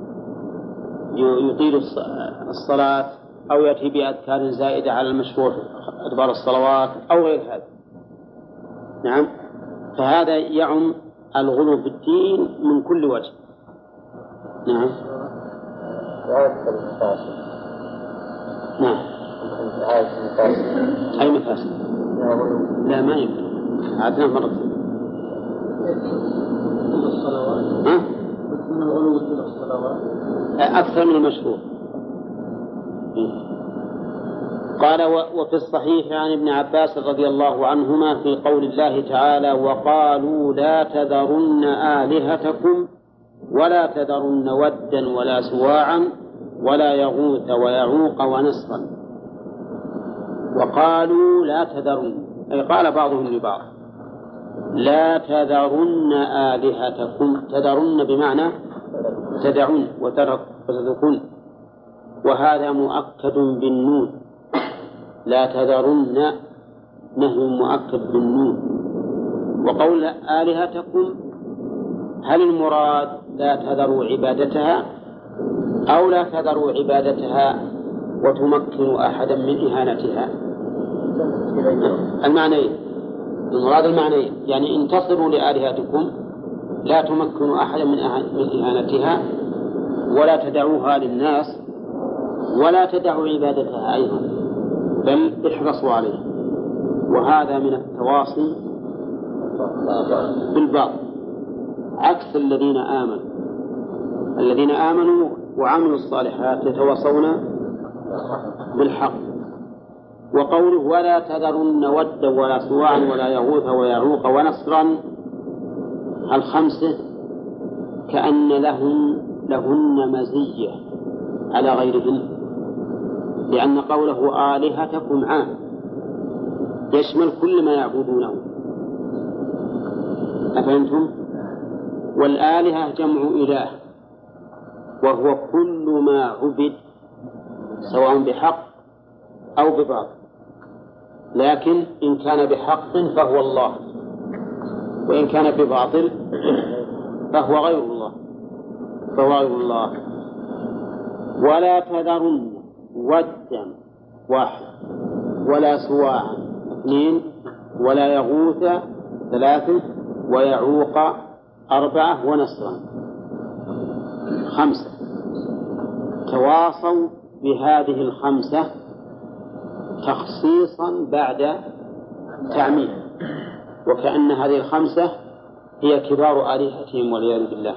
يطيل الصلاة، أو يأتي بأذكار زائدة على المشروع في أدبار الصلوات أو غير هذا. نعم، فهذا يعم الغلو في الدين من كل وجه. نعم. نعم. أي مفاسد؟ لا ما يمكن، عادنا مرة أكثر من المشروع. قال وفي الصحيح عن ابن عباس رضي الله عنهما في قول الله تعالى وقالوا لا تذرن آلهتكم ولا تذرن ودا ولا سواعا ولا يغوث ويعوق ونسرا. وقالوا لا تذرن، أي قال بعضهم لبعض لا تذرن آلهتكم. تذرن بمعنى تدعون وتتركون، وهذا مؤكد بالنون. لا تذرن نهي مؤكد بالنون. وقول آلهتكم، هل المراد لا تذروا عبادتها أو لا تذروا عبادتها وتمكنوا أحدا من إهانتها؟ المعنيين، المراد المعنيين، يعني انتصروا لآلهتكم لا تمكنوا أحدا من إهانتها ولا تدعوها للناس ولا تدعوا عبادتها أيضا، بل احرصوا عليه. وهذا من التواصي بالباطل، عكس الذين آمنوا. الذين آمنوا وعملوا الصالحات يتواصون بالحق. وقوله ولا تذرن ودا ولا سواعا ولا يغوث ويعوق ونسرا، الخمسة كأن لهن مزية على غيرهن، لأن قوله آلهتكم عام يشمل كل ما يعبدونه. أفهمتم؟ والآلهة جمع إله، وهو كل ما عبد سواء بحق أو بباطل، لكن إن كان بحق فهو الله، وإن كان بباطل فهو غير الله. ولا تذرن ودا واحد ولا سواعا اثنين ولا يغوث ثلاثة ويعوق أربعة ونسرا خمسة. تواصوا بهذه الخمسة تخصيصا بعد تعميم، وكأن هذه الخمسة هي كبار آلهتهم والعياذ بالله.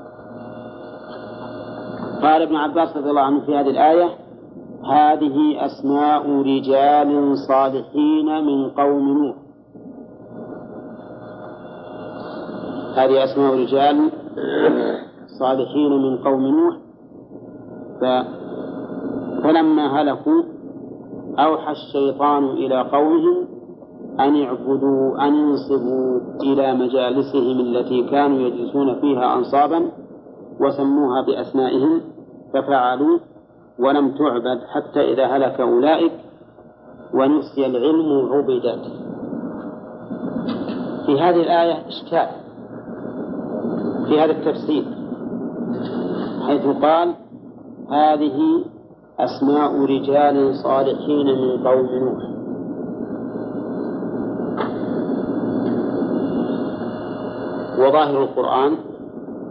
قال ابن عباس رضي الله عنه في هذه الآية هذه أسماء رجال صالحين من قوم نوح. هذه أسماء رجال صالحين من قوم نوح. فلما هلكوا أوحى الشيطان إلى قومهم أن يعبدوا، أن ينصبوا إلى مجالسهم التي كانوا يجلسون فيها أنصابا وسموها بأسمائهم، ففعلوا ولم تعبد حتى إذا هلك أولئك ونسي العلم عبدت. في هذه الآية إشكال في هذا التفسير، حيث قال هذه أسماء رجال صالحين من قوم نوح. وظاهر القرآن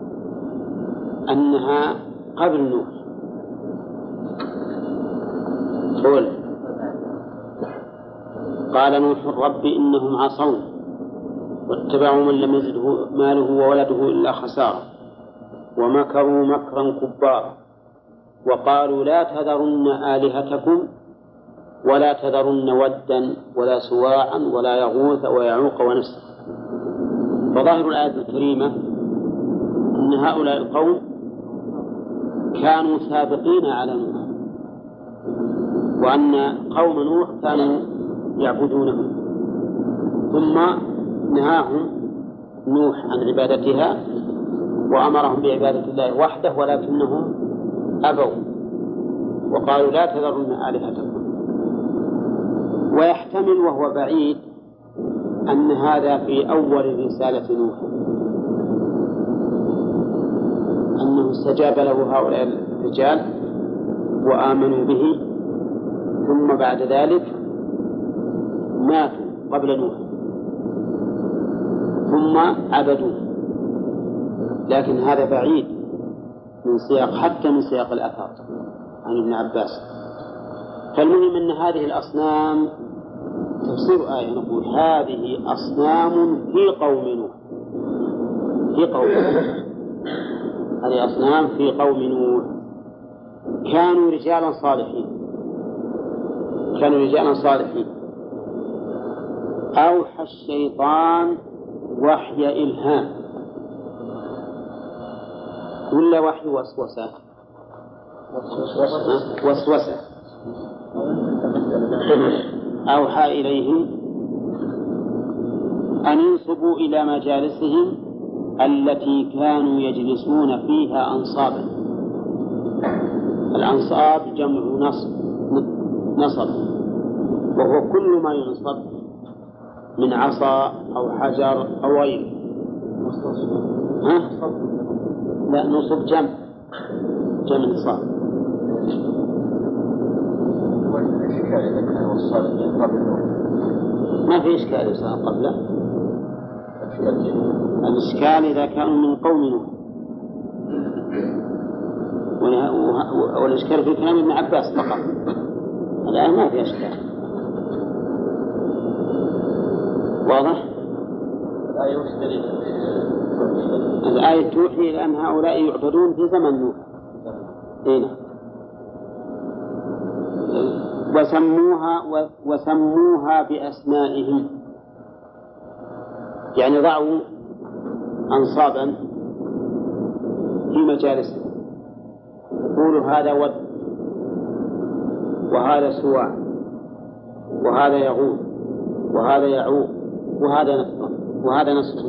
أنها قبل نوح. قل قال نوح رب إنهم عصوا واتبعوا من لم يزده ماله وولده إلا خسارة ومكروا مكرا كبارا وقالوا لا تذرن آلهتكم ولا تذرن ودا ولا سواعا ولا يغوث ويعوق ونسر. فظاهر الآية الكريمة أن هؤلاء القوم كانوا سابقين على نوح وأن قوم نوح كانوا يعبدونه ثم نهاهم نوح عن عبادتها وأمرهم بعبادة الله وحده ولكنهم أبوا وقالوا لا تذرن آلهتكم. ويحتمل وهو بعيد أن هذا في أول رسالة نوح أنه استجاب له هؤلاء الرجال وآمنوا به ثم بعد ذلك ماتوا قبل نوح ثم عبدوه. لكن هذا بعيد من سياق حتى من سياق الأثر عن ابن عباس. فالمهم أن هذه الأصنام تفسير آية نقول هذه أصنام في قوم نوح هذه أصنام في قوم نوح كانوا رجالا صالحين أوحى الشيطان وحي إلهام ولا وحي وسوسة أوحى إليهم أن ينصبوا إلى مجالسهم التي كانوا يجلسون فيها أنصابا. الأنصاب جمع نصب وهو كل ما ينصب من عصا أو حجر أو غيره. لا نصب جمع نصاب. ما في إشكال إذا كان قبله. الإشكال إذا كانوا من قوم نوح والإشكال في كلام ابن عباس فقط. الآن ما في إشكال. واضح؟ الآية توحي إلى أن هؤلاء يعبدون في زمن نوح. هنا وسموها بأسمائهم يعني ضعوا أنصابا في مجالسهم يقولوا هذا ود وهذا سواع وهذا يغوث وهذا يعوق وهذا نسر.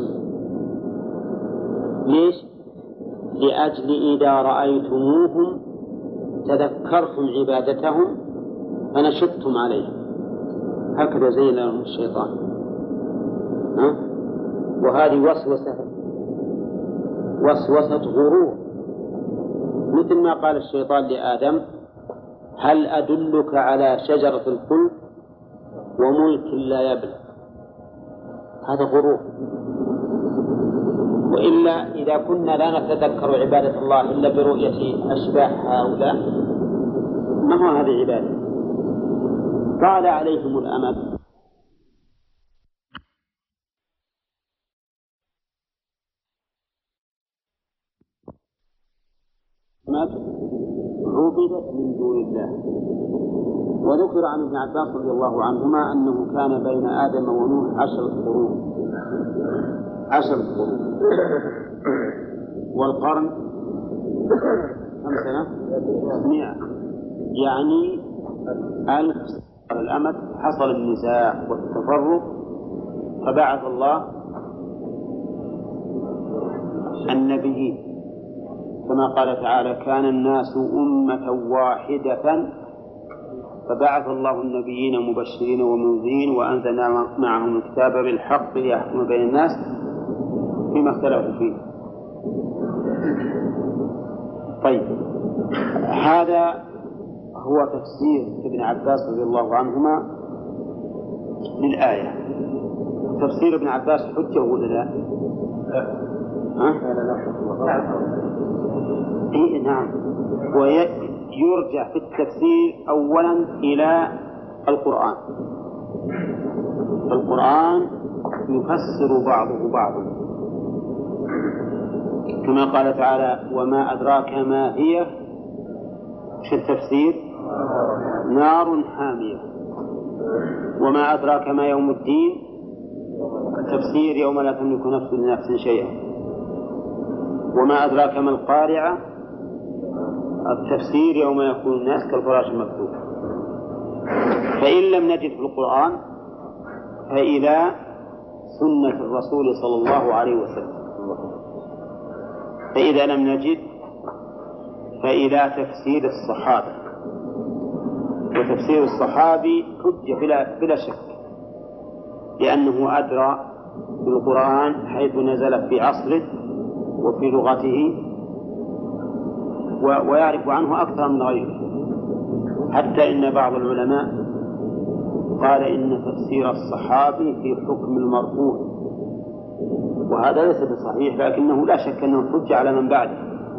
ليش؟ لأجل إذا رأيتموهم تذكرتم عبادتهم فنشطتم عليهم. هكذا زين لهم الشيطان. وهذه وسوسة غرور مثل ما قال الشيطان لآدم هل أدلك على شجرة الخلد وملك لا يبلى. هذا غرور. وإلا إذا كنا لا نتذكر عبادة الله إلا برؤية أشباح هؤلاء ما هو هذه عبادة؟ طال عليهم الأمد عبدت من دون الله. وذكر عن ابن عباس رضي الله عنهما أنه كان بين آدم ونوح 10 قرون والقرن كم سنة؟ 100 يعني 1000 الأمد. حصل النزاع والتفرق فبعث الله النبيين كما قال تعالى كان الناس أمة واحدة فبعث الله النبيين مبشرين ومنذرين وأنزلنا معهم الكتاب بالحق ليحكم بين الناس فيما اختلفوا فيه. طيب هذا هو تفسير ابن عباس رضي الله عنهما للآية. تفسير ابن عباس حجة ولا لا؟ إيه نعم. ويرجع في التفسير أولا إلى القرآن. القرآن يفسر بعضه بعضا كما قال تعالى وما أدراك ما هي في التفسير نار حامية. وما أدراك ما يوم الدين التفسير يوم لا تملك نفس لنفس شيئا. وما أدراك ما القارعة التفسير يوم يكون الناس كالفراش المكتوب. فإن لم نجد في القرآن فإلى سنة الرسول صلى الله عليه وسلم. فإذا لم نجد فإلى تفسير الصحابة. وتفسير الصحابي حجة بلا شك لأنه أدرى بالقرآن حيث نزل في عصره وفي لغته ويعرف عنه أكثر من غيره. حتى إن بعض العلماء قال إن تفسير الصحابي في حكم المرفوع، وهذا ليس بصحيح، لكنه لا شك أنه حجة على من بعده.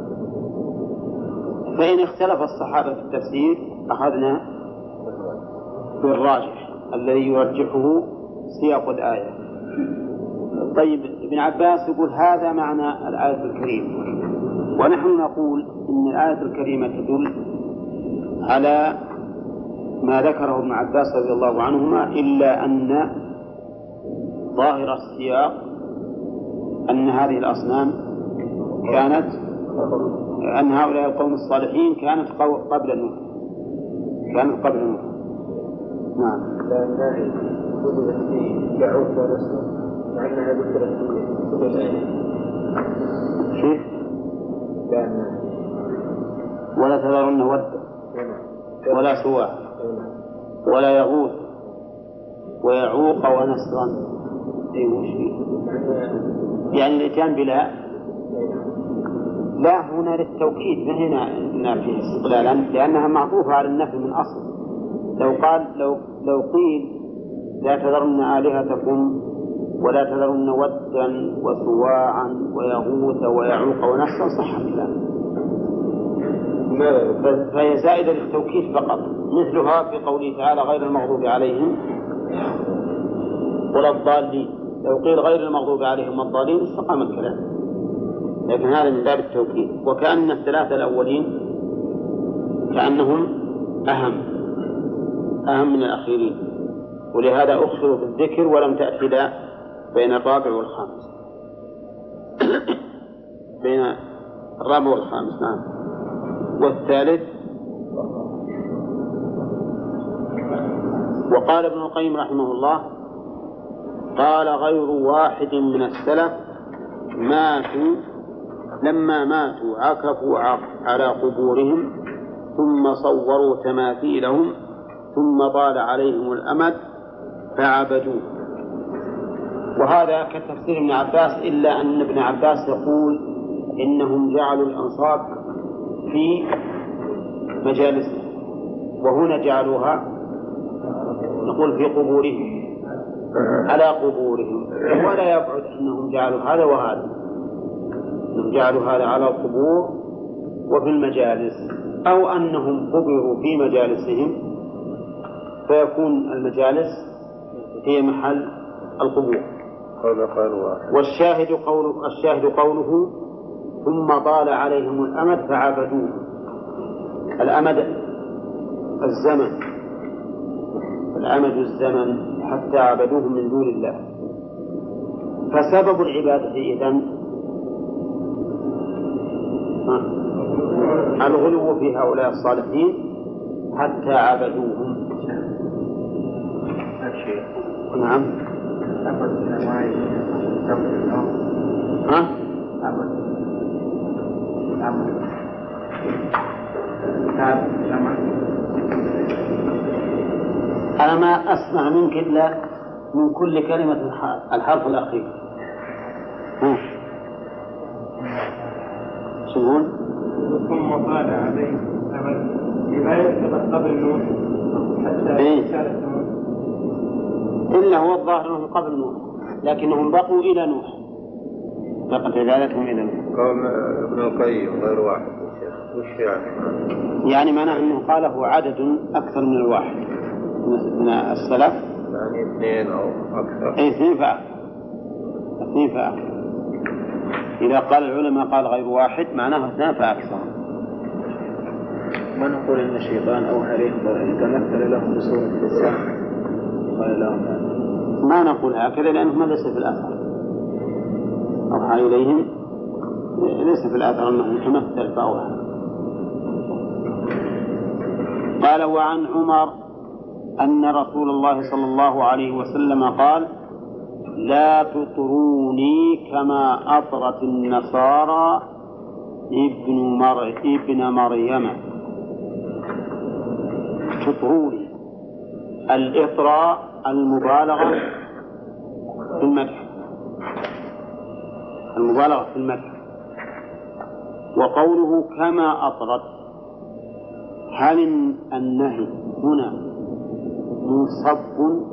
فإن اختلف الصحابة في التفسير أخذنا بالراجح الذي يرجحه سياق الآية. طيب ابن عباس يقول هذا معنى الآية الكريمة، ونحن نقول إن الآية الكريمة تدل على ما ذكره ابن عباس رضي الله عنهما، إلا أن ظاهر السياق أن هذه الأصنام كانت أن هؤلاء القوم الصالحين كانت قبل نوح. نعم. لأنها وجدت في يعوق ونسل مع أنها ذكرت في كل الآية. كيف؟ لأن ولا تذرن ودا ولا سواع ولا يغوث ويعوق ونسرا. يعني الإتيان بلا لا هنا للتوكيد، ما هنا فيه استقلالا لأنها معطوفة على النفي من أصل. لو قيل لا تذرن آلهتكم ولا تذرن ودا وسواعا ويغوث ويعوق ونسرا صح الكلام، فهي زائدة للتوكيد فقط، مثلها في قوله تعالى غير المغضوب عليهم ولا الضالين. لو قيل غير المغضوب عليهم والضالين استقام الكلام، لكن هذا من باب التوكيد. وكأن الثلاثة الأولين كأنهم أهم من الأخيرين، ولهذا أخروا بالذكر ولم تأتي لا بين الرابع والخامس بين الرابع والخامس. نعم. والثالث وقال ابن القيم رحمه الله قال غير واحد من السلف لما ماتوا عكفوا على قبورهم ثم صوروا تماثيلهم ثم طال عليهم الأمد فعبدوه. وهذا كتفسير ابن عباس، إلا أن ابن عباس يقول إنهم جعلوا الأنصاب في مجالسهم، وهنا جعلوها نقول في قبورهم على قبورهم، ولا يبعد أنهم جعلوا هذا وهذا، أنهم جعلوا هذا على القبور وفي المجالس، أو أنهم قبروا في مجالسهم فيكون المجالس هي محل القبور. والشاهد قوله ثم طال عليهم الأمد فعبدوه. الأمد الزمن حتى عبدوه من دون الله. فسبب العبادة إذن الغلو في هؤلاء الصالحين حتى عبدوهم. نعم. أنا ما أسمع منك إلا من كل كلمة الحرف الأخير. شنون؟ ثم طال عليه الأمد قبل نوح حتى إلا هو الظاهر أنهم قبل نوح، لكنهم بقوا إلى نوح، بقت عبادتهم إلى نوح. قول ابن القيم غير واحد. وش يعني؟ يعني معناه أنه قاله عدد أكثر من الواحد من السلف، يعني 2 أو أكثر. أي 2 فأكثر. 2 فأكثر. إذا قال العلماء قال غير واحد معناه 2 فأكثر. ما نقول إن الشيطان أوحى إليهم تمثل لهم بصورة الإنسان قال لهم ما نقول هكذا لأنه ليس في الأثر. أوحى إليهم ليس في الأثر أنه تمثل فأوحى. قال وعن عمر أن رسول الله صلى الله عليه وسلم قال لا تطروني كما أطرت النصارى ابن مريم. تطروني الإطراء المبالغة في المدح، المبالغة في المدح. وقوله كما أطرت، هل النهي هنا منصب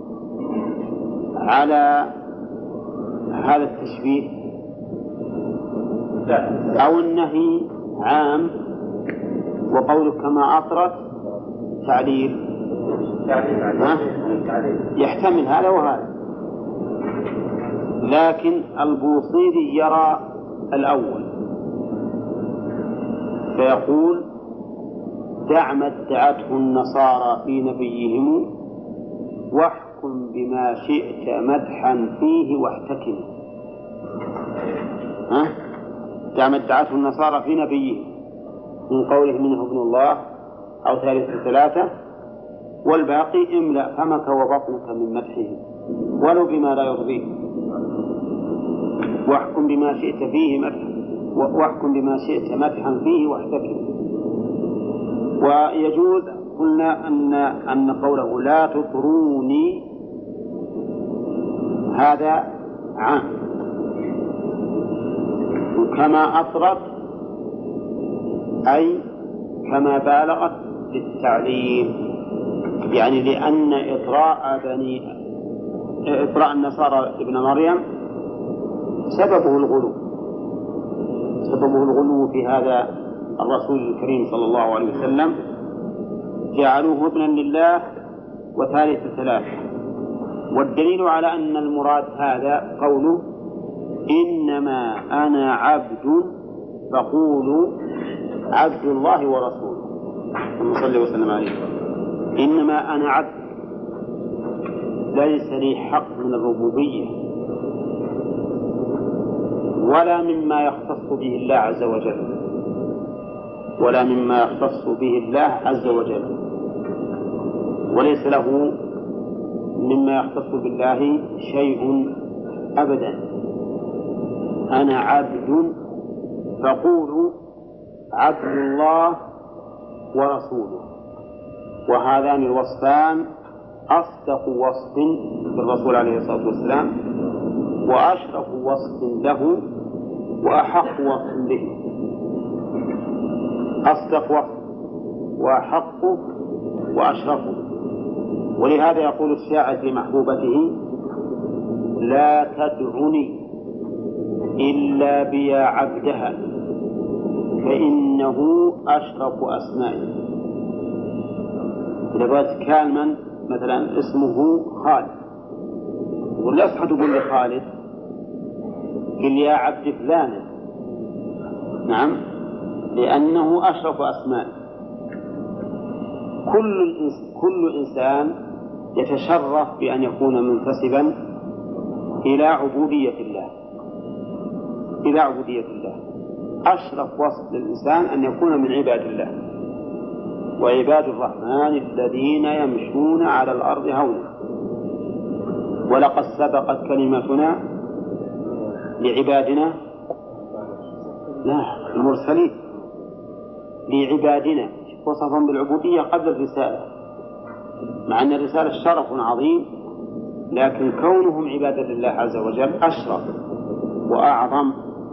على هذا التشبيه أو النهي عام وقوله كما أطرت تعليل؟ يحتمل هذا وهذا، لكن البوصيري يرى الأول فيقول دع ما ادعته النصارى في نبيهم واحكم بما شئت مدحا فيه واحتكم. دع ما ادعته النصارى في نبيهم من قوله منه ابن الله أو ثالث 3 والباقي املأ فمك وبطنك من مدحه ولو بما لا يرضيه. واحكم بما شئت فيه مدحا واحكم بما شئت مدحا فيه واحتكم. ويجوز قلنا أن قوله لا تطروني هذا عام، وكما أطرت أي كما بالغت للتعليم، يعني لأن إطراء النصارى ابن مريم سببه الغلو في هذا الرسول الكريم صلى الله عليه وسلم، جعلوه ابنا لله وثالث 3. والدليل على أن المراد هذا قوله إنما أنا عبد فقولوا عبد الله ورسوله صلى وسلم عليه. إنما أنا عبد، ليس لي حق من الربوبية ولا مما يختص به الله عز وجل، ولا مما يختص به الله عز وجل، وليس له مما يختص بالله شيء أبدا. أنا عبد فقولوا عبد الله ورسوله، وهذان الوصفان أصدق وصف بالرسول عليه الصلاة والسلام وأشرف وصف له وأحق وصف به. أصدق وصف وأحق وأشرف. ولهذا يقول الشاعر لمحبوبته لا تدعني إلا بيا عبدها فإنه أشرف أسمائي. إذا قلت كالما مثلا اسمه خالد ولا أصحى تقول لخالد قل يا عبد فلان، نعم، لأنه أشرف أسمائي. كل إنسان يتشرف بأن يكون منتسبا إلى عبودية الله، إلى عبودية الله. أشرف وصف للإنسان أن يكون من عباد الله، وعباد الرحمن الذين يمشون على الأرض هونا. ولقد سبقت كلمتنا لعبادنا لا المرسلين لعبادنا، وصفهم بالعبودية قبل الرسالة، مع أن الرسالة شرف عظيم، لكن كونهم عبادة لله عز وجل أشرف وأعظم.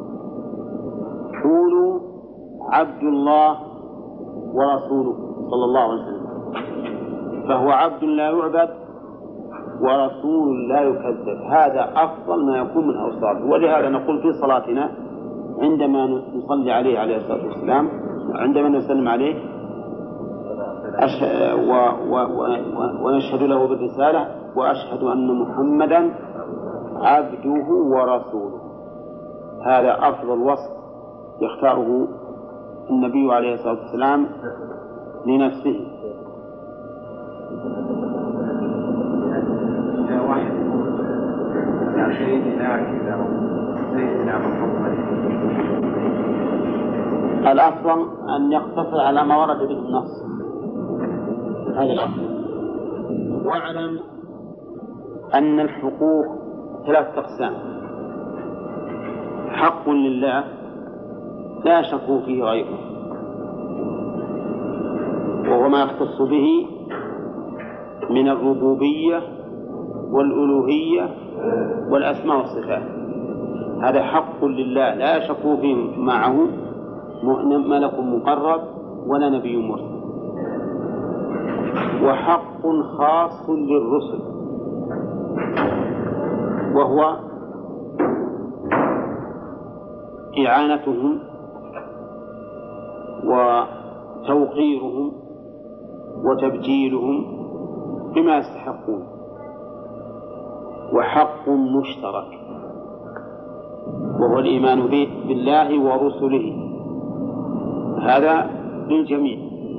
قولوا عبد الله ورسوله صلى الله عليه وسلم، فهو عبد لا يعبد ورسول لا يكذب. هذا أفضل ما يكون من أوصافه. ولهذا نقول في صلاتنا عندما نصلي عليه الصلاة والسلام عندما نسلم عليه ونشهد له بالرسالة وأشهد أن محمدا عبده ورسوله. هذا أفضل وصف يختاره النبي عليه الصلاة والسلام لنفسه. الأفضل أن يقتصر على ما ورد به النص، هذا الأفضل. واعلم أن الحقوق 3 أقسام: حق لله لا شك فيه غيره، وهو ما يختص به من الربوبية والألوهية والأسماء والصفات، هذا حق لله لا يشك فيه معه ملك مقرب ولا نبي مرسل. وحق خاص للرسل، وهو إعانتهم وتوقيرهم وتبجيلهم بما يستحقون. وحق مشترك، وهو الإيمان بالله ورسله، هذا للجميع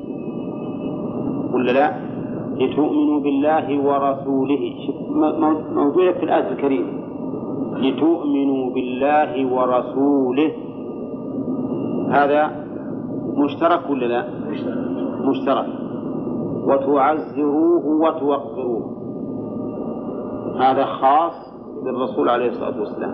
ولا لا؟ لتؤمنوا بالله ورسوله، موجودة في الآية الكريمة، لتؤمنوا بالله ورسوله، هذا مشترك ولا لا؟ مشترك. وتعزروه وتوقروه، هذا خاص للرسول عليه الصلاة والسلام.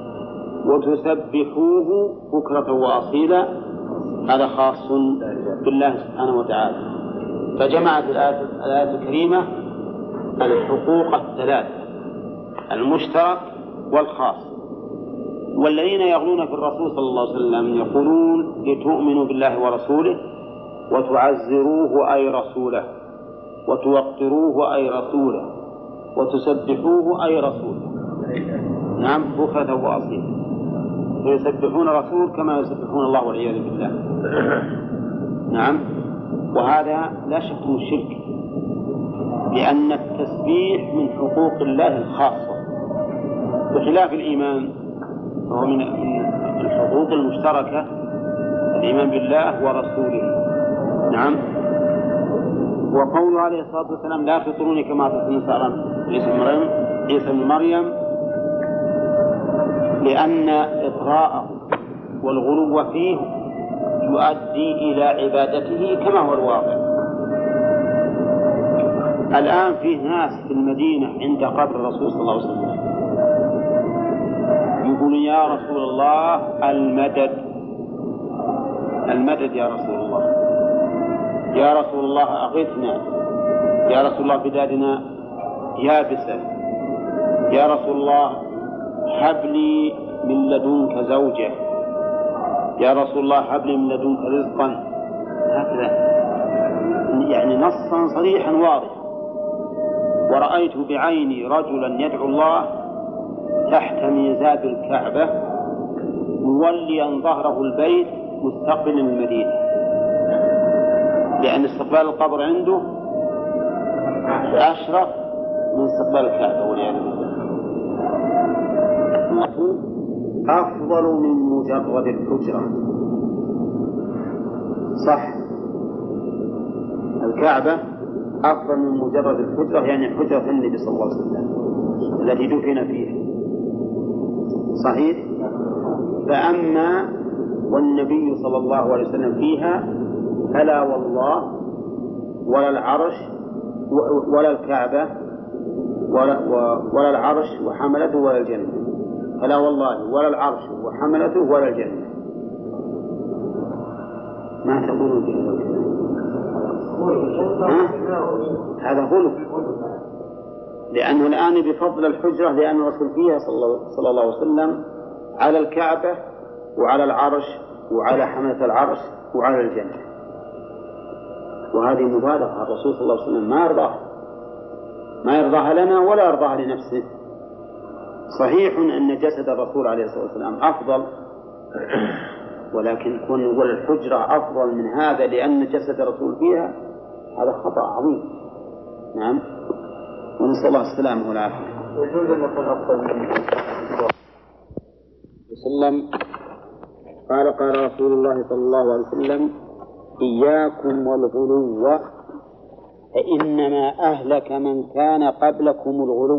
وتسبحوه بكرة وأصيلا، هذا خاص بالله سبحانه وتعالى. فجمعت الآية الكريمة الحقوق 3: المشترك والخاص. والذين يغلون في الرسول صلى الله عليه وسلم يقولون لتؤمنوا بالله ورسوله وتعزروه أي رسوله، وتوقروه أي رسوله، وتسبحوه أي رسوله. نعم، بكرة وأصيلا، فيسبحون رسول كما يسبحون الله والعياذ بالله. نعم، وهذا لا شك من الشرك، لأن التسبيح من حقوق الله الخاصة، بخلاف الإيمان فهو من الحقوق المشتركة، الإيمان بالله ورسوله. نعم. وقوله عليه الصلاة والسلام لا تطروني كما تطرون النصارى عيسى بن مريم، لأن إطراءه والغلو فيه يؤدي إلى عبادته كما هو الواقع. الآن فيه ناس في المدينة عند قبر الرسول صلى الله عليه وسلم يقول يا رسول الله المدد، المدد يا رسول الله، يا رسول الله أغثنا، يا رسول الله بلادنا يابسة، يا رسول الله هب لي من لدنك زوجة، يا رسول الله هب لي من لدنك رزقا، هكذا يعني نصا صريحا واضحا. ورأيت بعيني رجلا يدعو الله تحت ميزاب الكعبة موليا ظهره البيت مستقبلا المدينة، لأن استقبال القبر عنده أشرف من استقبال الكعبة والعياذ بالله. أفضل من مجرد الحجرة. صح، الكعبة أفضل من مجرد الحجرة، يعني حجرة النبي صلى الله عليه وسلم التي دفن فيها. صحيح. فأما والنبي صلى الله عليه وسلم فيها فلا والله ولا العرش ولا الكعبة ولا العرش وحملته ولا الجنة، فلا والله ولا العرش وحملته ولا الجنة. ما تقولون به؟ هذا غلو، لأنه الآن بفضل الحجرة، لأن الرسول فيها صلى الله عليه وسلم على الكعبة وعلى العرش وعلى حملة العرش وعلى الجنة، وهذه مبالغة. الرسول صلى الله عليه وسلم ما يرضاها لنا ولا يرضاها لنفسه. صحيح أن جسد الرسول عليه الصلاة والسلام أفضل، ولكن كون نقول الحجرة أفضل من هذا لأن جسد الرسول فيها هذا خطأ عظيم. نعم، ونسأل الله السلامة والعافية. يجوز أن يكون أفضل من وسلم قال رسول الله صلى الله عليه وسلم: إياكم والغلو فإنما أهلك من كان قبلكم الغلو.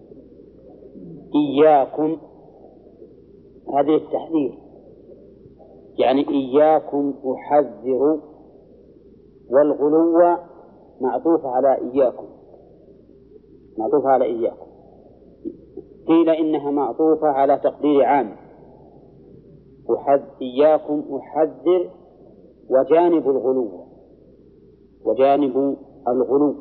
إياكم هذه التحذير، يعني إياكم أحذر، والغلو معطوف على إياكم، معطوف على إياكم. قيل إنها معطوفة على تقدير عام، إياكم أحذر وجانب الغلو، وجانب الغلو.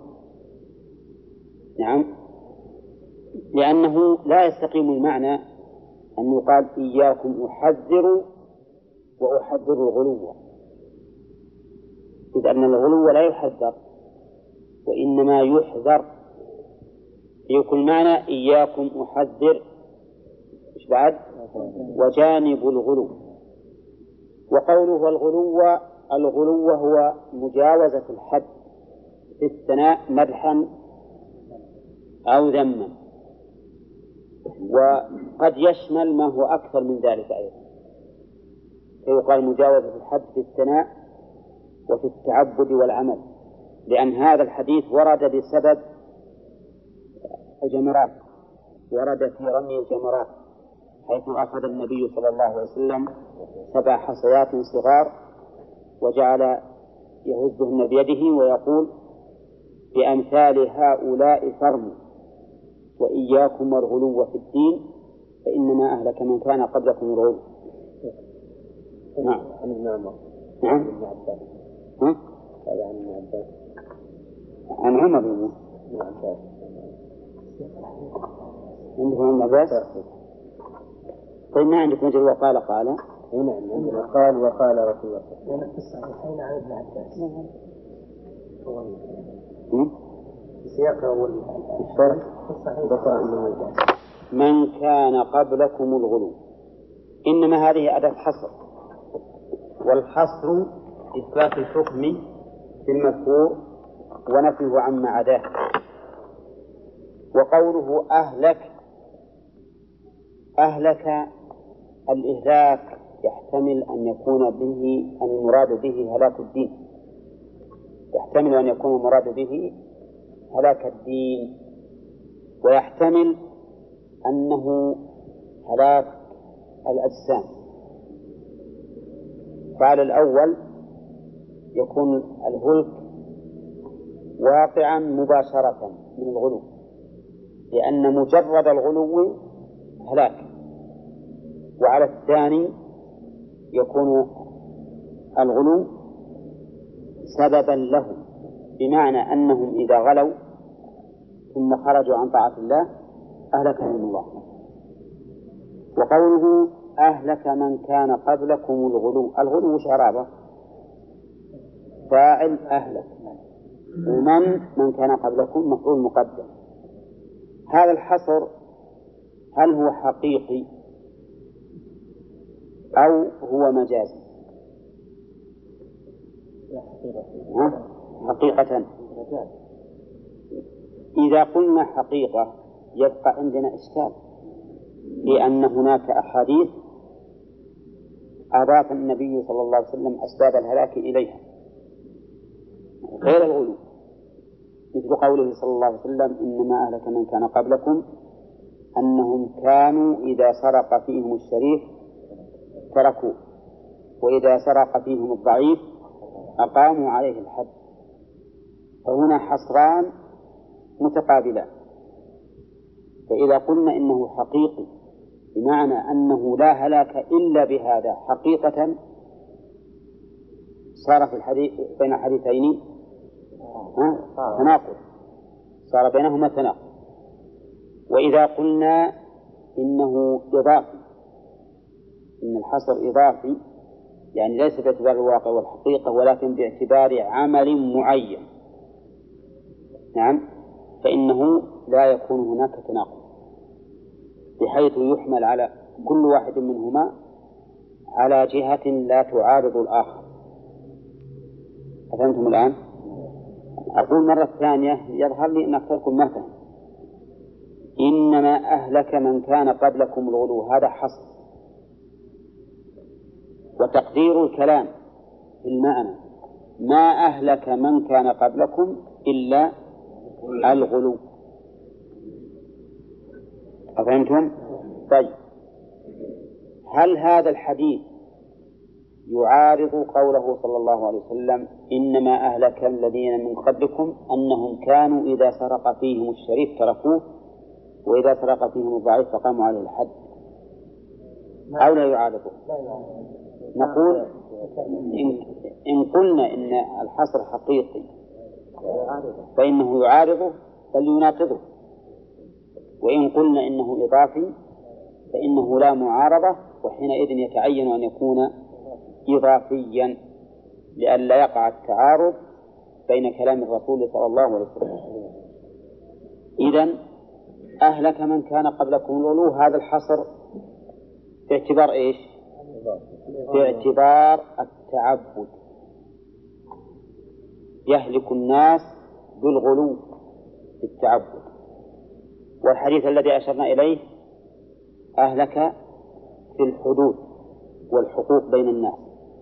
نعم، لأنه لا يستقيم المعنى أن يقال إياكم أحذر وأحذر الغلو، إذ أن الغلو لا يحذر وإنما يحذر. يكون معنى إياكم أحذر إيش بعد؟ وجانب الغلو. وقوله الغلو هو مجاوزة الحد في الثناء مدحا أو ذما، وقد يشمل ما هو أكثر من ذلك أيضا، فيقال مجاوزة الحد في الثناء وفي التعبد والعمل، لأن هذا الحديث ورد بسبب الجمرات، ورد في رمي الجمرات، حيث أخذ النبي صلى الله عليه وسلم 7 حصيات صغار وجعل يهزهن بيده ويقول: بأمثال هؤلاء فارموا، وإياكم والغلو في الدين فإنما أهلك من كان قبلكم الغلو. نعم. نعم. عن عمر بن عباس. عندكم ابن عباس؟ طيب ما عندكم مثل وقال؟ نعم، قال وقال رسول الله. لأن في الصحيحين عن ابن عباس. في سياق أول من كان قبلكم الغلو. إنما هذه أداة حصر، والحصر إثبات الحكم في المذكور ونفيه عما عداه. وقوله أهلك الإهلاك يحتمل أن يكون به أن المراد به هلاك الدين، يحتمل أن يكون المراد به هلاك الدين، ويحتمل أنه هلاك الأجسام. فعلى الأول يكون الهلك واقعا مباشرة من الغلو، لأن مجرد الغلو هلاك. وعلى الثاني يكون الغلو سببا لهم، بمعنى أنهم إذا غلوا ثم خرجوا عن طاعة الله أهلكهم الله. وقوله أهلك من كان قبلكم الغلو شرابة فاعل أهلك، ومن كان قبلكم مفعول مقدم. هذا الحصر هل هو حقيقي أو هو مجازي؟ حقيقة. إذا قلنا حقيقة يبقى عندنا إشكال، لأن هناك أحاديث أضاف النبي صلى الله عليه وسلم أسباب الهلاك إليها غير الغلو، مثل قوله صلى الله عليه وسلم: إنما أهلك من كان قبلكم أنهم كانوا إذا سرق فيهم الشريف تركوه، وإذا سرق فيهم الضعيف أقاموا عليه الحد. فهنا حصران متقابلان. فإذا قلنا إنه حقيقي بمعنى أنه لا هلاك إلا بهذا حقيقة، صار في الحديث بين حديثين تناقض، صار بينهما تناقض. وإذا قلنا إنه إضافي، إن الحصر إضافي، يعني ليس باعتبار الواقع والحقيقة ولكن باعتبار عمل معين، نعم، فإنه لا يكون هناك تناقض، بحيث يحمل على كل واحد منهما على جهة لا تعارض الآخر. أفهمتم الآن؟ أقول مرة ثانية يظهر لي أن أكثركم ما فهم. إنما أهلك من كان قبلكم الغلو، هذا حصر، وتقدير الكلام في المعنى ما أهلك من كان قبلكم إلا الغلو. أفهمتم؟ طيب، هل هذا الحديث يعارض قوله صلى الله عليه وسلم إنما أهلك الذين من قبلكم أنهم كانوا إذا سرق فيهم الشريف تركوه وإذا سرق فيهم الضعيف فقاموا عليه الحد، أو لا يعارضه؟ نقول إن قلنا إن الحصر حقيقي فإنه يعارضه بل يناقضه، وإن قلنا إنه إضافي فإنه لا معارضة، وحينئذ يتعين أن يكون إضافيا لئلا يقع التعارض بين كلام الرسول صلى الله عليه وسلم. إذن أهلك من كان قبلكم الغلو، هذا الحصر باعتبار إيش؟ باعتبار التعبد، يهلك الناس بالغلو في التعبد. والحديث الذي أشرنا إليه أهلك في الحدود والحقوق بين الناس،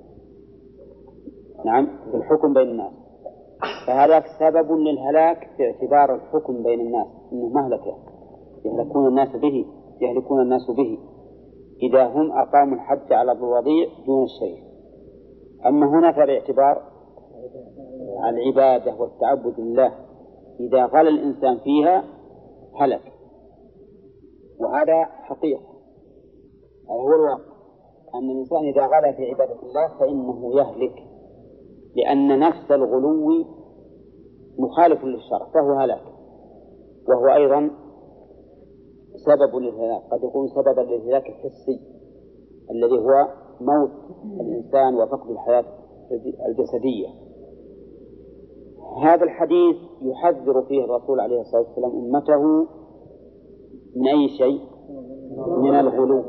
نعم في الحكم بين الناس، فهذا سبب للهلاك باعتبار الحكم بين الناس، إنه مهلكة يهلكون الناس به، يهلكون الناس به إذا هم أقاموا الحد على الرضيع دون الشريف. أما هنا فباعتبار العبادة والتعبد لله، إذا غلا الإنسان فيها هلك، وهذا حقيقة، هذا هو الواقع، أن الإنسان إذا غلا في عبادة الله فإنه يهلك، لأن نفس الغلو مخالف للشرع فهو هلاك، وهو أيضا سبب للهلاك، قد يكون سببا للهلاك الحسي الذي هو موت الإنسان وفقد الحياة الجسدية. هذا الحديث يحذر فيه الرسول عليه الصلاة والسلام أمته من أي شيء؟ من الغلو،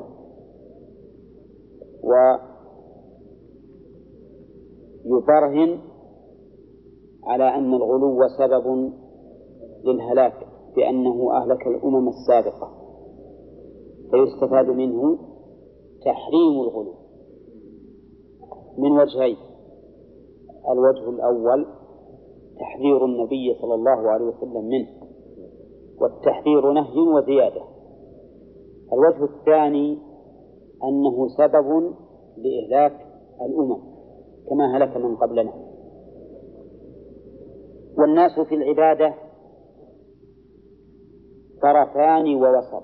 ويبرهن على أن الغلو سبب للهلاك بأنه أهلك الأمم السابقة، فيستفاد منه تحريم الغلو من وجهين: الوجه الأول تحذير النبي صلى الله عليه وسلم منه، والتحذير نهي وزيادة. الوجه الثاني أنه سبب لإهلاك الأمم كما هلك من قبلنا. والناس في العبادة طرفان ووسط،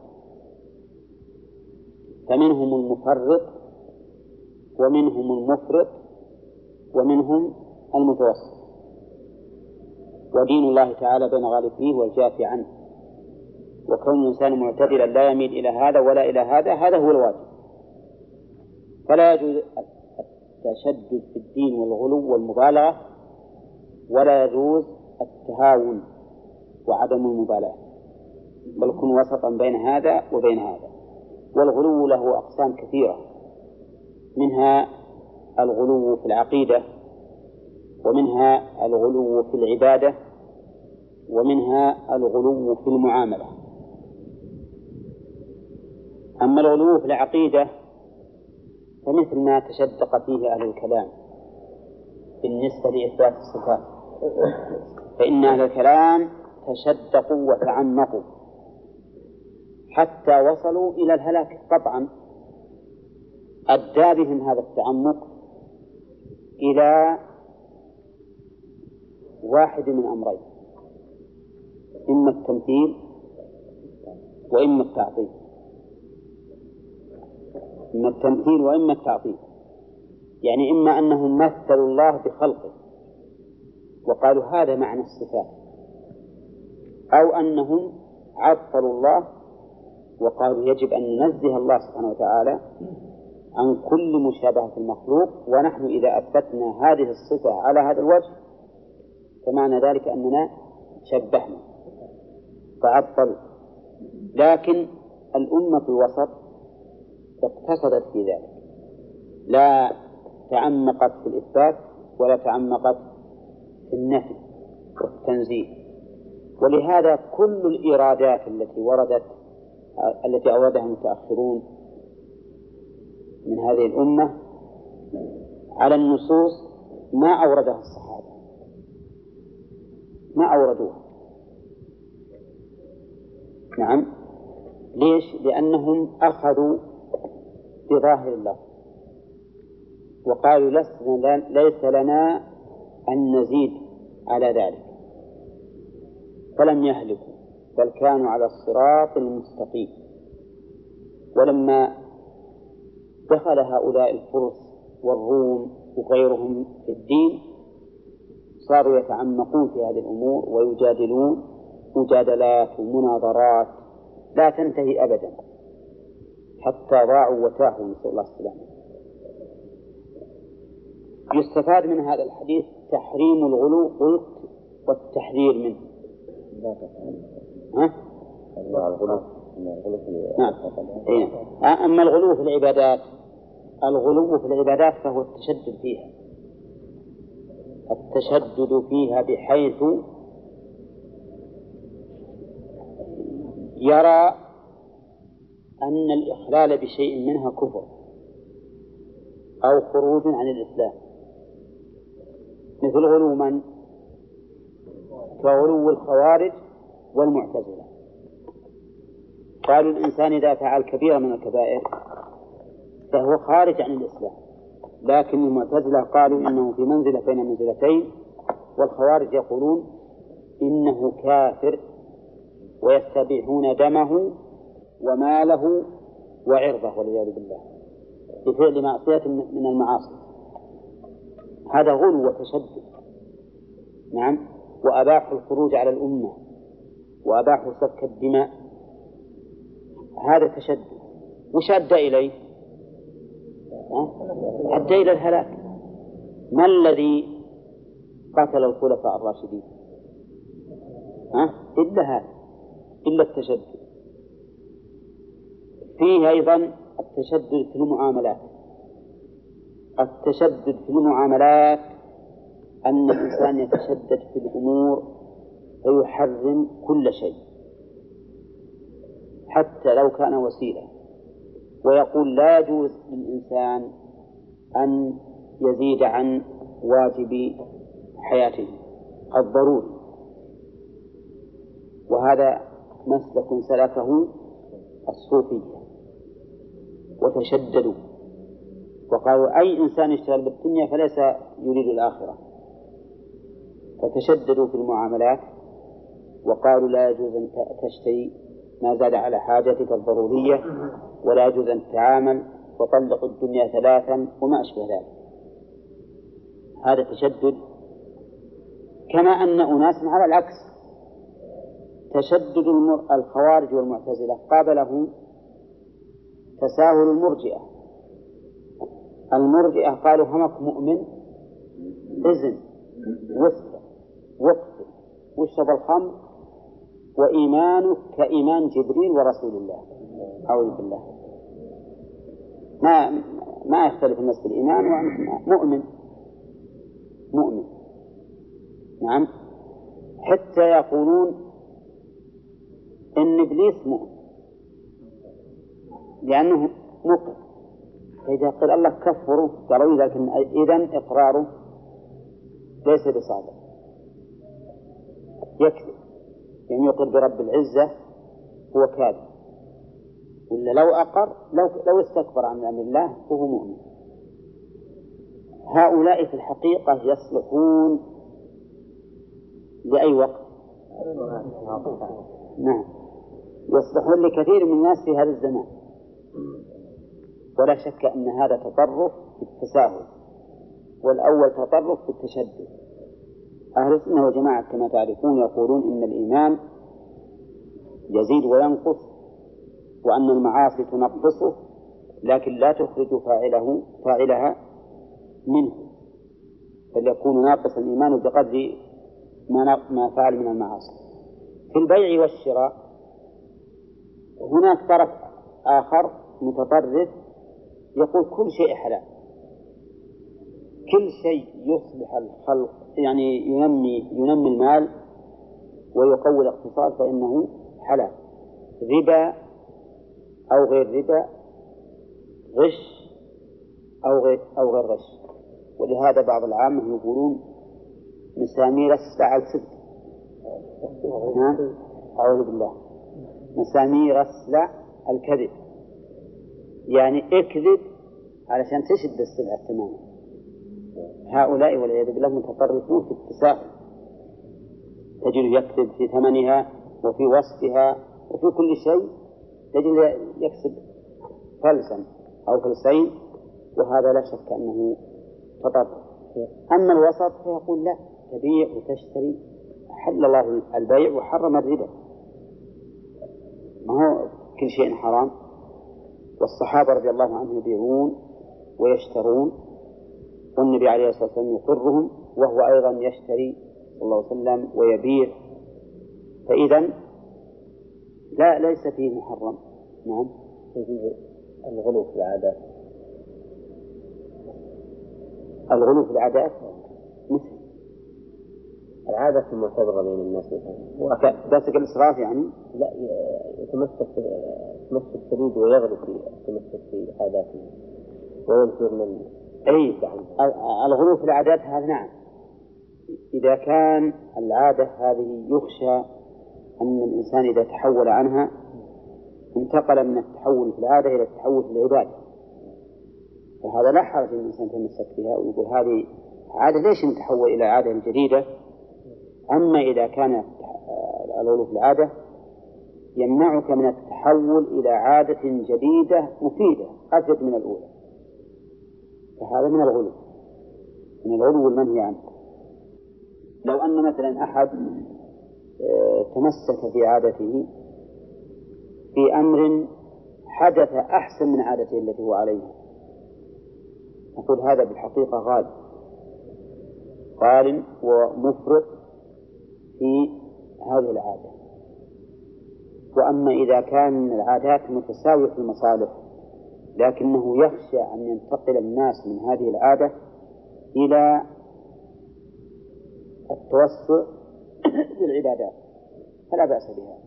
فمنهم المفرط ومنهم المفرط ومنهم المتوسط، ودين الله تعالى بين غالبيه والجافي عنه، وكون الإنسان معتدلا لا يميل إلى هذا ولا إلى هذا، هذا هو الواجب. فلا يجوز التشدد في الدين والغلو والمبالغة، ولا يجوز التهاون وعدم المبالاة، بل كن وسطا بين هذا وبين هذا. والغلو له أقسام كثيرة، منها الغلو في العقيدة، ومنها الغلو في العبادة، ومنها الغلو في المعاملة. أما الغلو في العقيدة فمثل ما تشدق فيه أهل الكلام بالنسبة لإثبات الصفات، فإن أهل الكلام تشدقوا وتعمقوا حتى وصلوا إلى الهلاك قطعا. أدى بهم هذا التعمق إلى واحد من أمرين: إما التمثيل وإما التعطيل، إما التمثيل وإما التعطيل، يعني إما أنهم مثلوا الله بخلقه وقالوا هذا معنى الصفات، أو أنهم عطلوا الله وقالوا يجب أن ننزه الله سبحانه وتعالى عن كل مشابهة المخلوق، ونحن إذا أثبتنا هذه الصفة على هذا الوجه فمعنى ذلك أننا شبهنا فعطل. لكن الأمة الوسط اقتصدت في ذلك، لا تعمقت في الإثبات ولا تعمقت في النفي والتنزيه. ولهذا كل الإيرادات التي أوردها المتأخرون من هذه الأمة على النصوص ما أوردها الصحابة، ما أوردوها. نعم، ليش؟ لأنهم أخذوا بظاهر الله وقالوا ليس لنا أن نزيد على ذلك، فلم يهلكوا بل كانوا على الصراط المستقيم. ولما دخل هؤلاء الفرس والروم وغيرهم في الدين صاروا يتعمقون في هذه الأمور ويجادلون مجادلات ومناظرات لا تنتهي أبدا حتى ضاعوا وتاهوا، نسأل الله السلامة. يستفاد من هذا الحديث تحريم الغلو والتحذير منه. نعم. أما الغلو في العبادات، الغلو في العبادات فهو التشدد فيها، التشدد فيها بحيث يرى أن الإخلال بشيء منها كفر أو خروج عن الإسلام، مثل غلو من؟ كغلو الخوارج والمعتزلة. قالوا الإنسان إذا فعل كبيرة من الكبائر فهو خارج عن الإسلام، لكن المعتزلة قالوا إنه في منزلة بين منزلتين، والخوارج يقولون إنه كافر ويستبيحون دمه وماله وعرضه والعياذ بالله بفعل معصية من المعاصي. هذا غلو وتشدد. نعم. وأباحوا الخروج على الأمة وأباحوا سفك الدماء، هذا تشدد. وش أدى إليه؟ أدى إلى الهلاك. ما الذي قتل الخلفاء الراشدين؟ إلا هذا، إلا التشدد. فيه أيضا التشدد في المعاملات. التشدد في المعاملات أن الإنسان يتشدد في الأمور فيحرم كل شيء حتى لو كان وسيلة، ويقول لا يجوز للإنسان أن يزيد عن واجب حياته الضروري. وهذا مسلك سلكه الصوفية وتشددوا وقالوا أي إنسان يشتغل بالدنيا فليس يريد الآخرة، فتشددوا في المعاملات وقالوا لا يجوز أن تشتري ما زاد على حاجتك الضرورية، ولا يجوز أن تتعامل، وطلق الدنيا ثلاثا وما أشبه ذلك. هذا تشدد. كما أن أناس على العكس تشدد الخوارج والمعتزلة قابله تساهل المرجئة. المرجئة قالوا همك مؤمن إذن وسط وقت واشرب الخمر وإيمانك كإيمان جبريل ورسول الله، أعوذ بالله. ما يختلف الناس في الإيمان، وأنت مؤمن. نعم. حتى يقولون إن إبليس مؤمن لأنه مقر، فإذا قال الله كفره قالوا لكن إذن إقراره ليس بصادق، يكذب، يعني يقر برب العزة هو كاذب، ولا لو أقر لو استكبر عن أمر الله فهو مؤمن. هؤلاء في الحقيقة يصلحون لأي وقت؟ نعم، يصلحون لكثير من الناس في هذا الزمان. ولا شك أن هذا تطرف بالتساهل، والأول تطرف بالتشدد. أهل السنة والجماعة كما تعرفون يقولون إن الإيمان يزيد وينقص، وأن المعاصي تنقصه لكن لا تخرج فاعلها منه، بل يكون ناقص الإيمان بقدر ما فعل من المعاصي. في البيع والشراء هناك طرف آخر متطرف يقول كل شيء حلال كل شيء يصلح الخلق يعني ينمي المال ويقوي الاقتصاد فإنه حلال، ربا أو غير ربا، غش أو غير غش. ولهذا بعض العامة يقولون مسامير السلع الكذب. أعوذ بالله، مسامير السلع الكذب، يعني اكذب علشان تشد السلعة تماما. هؤلاء والعياذ بالله متطرفون في التساهل، تجد يكذب في ثمنها وفي وصفها وفي كل شيء، تجد يكسب فلسا أو فلسين، وهذا لا شك أنه تطرف. أما الوسط فيقول لا، تبيع وتشتري، أحل الله البيع وحرم الربا، ما هو كل شيء حرام. والصحابة رضي الله عنهم يبيعون ويشترون، والنبي عليه الصلاة والسلام يقرهم وهو أيضا يشتري صلى الله عليه وسلم ويبيع، فإذا ليس فيه محرم. نعم. الغلو في العادات، الغلو في العادات مثل العادة المعتبرة بين الناس بس الإسراف يعني لا يتمسك شديد ويغلو في التمسك في عاداته وينكر من الغلو في العادات هذا. نعم، إذا كان العادة هذه يخشى أن الإنسان إذا تحول عنها انتقل من التحول في العادة إلى التحول في العبادة، فهذا لا حرج أن الإنسان يتمسك بها ويقول هذه عادة ليش نتحول إلى عادة جديدة. أما إذا كان الغلو في العادة يمنعك من التحول إلى عادة جديدة مفيدة أفيد من الأولى، فهذا من الغلو المنهي عنه. لو أن مثلا أحد تمسك في عادته في أمر حدث أحسن من عادته التي هو عليها، نقول هذا بالحقيقة غال ومفرط في هذه العادة. وأما إذا كان العادات متساوية في المصالح لكنه يخشى أن ينتقل الناس من هذه العادة إلى التوسع في العبادات فلا بأس بها.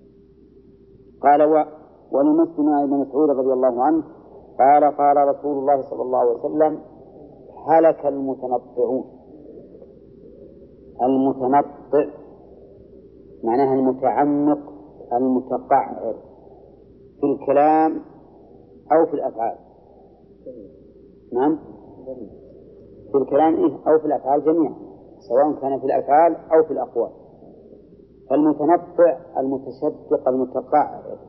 قال ولمسلم عن ابن مسعود رضي الله عنه قال رسول الله صلى الله عليه وسلم هلك المتنطعون. المتنطع معناها المتعمق المتقعر في الكلام أو في الأفعال. نعم، في الكلام أو في الأفعال جميعا، سواء كان في الأفعال أو في الأقوال. فالمتنطع المتشدق المتقعر،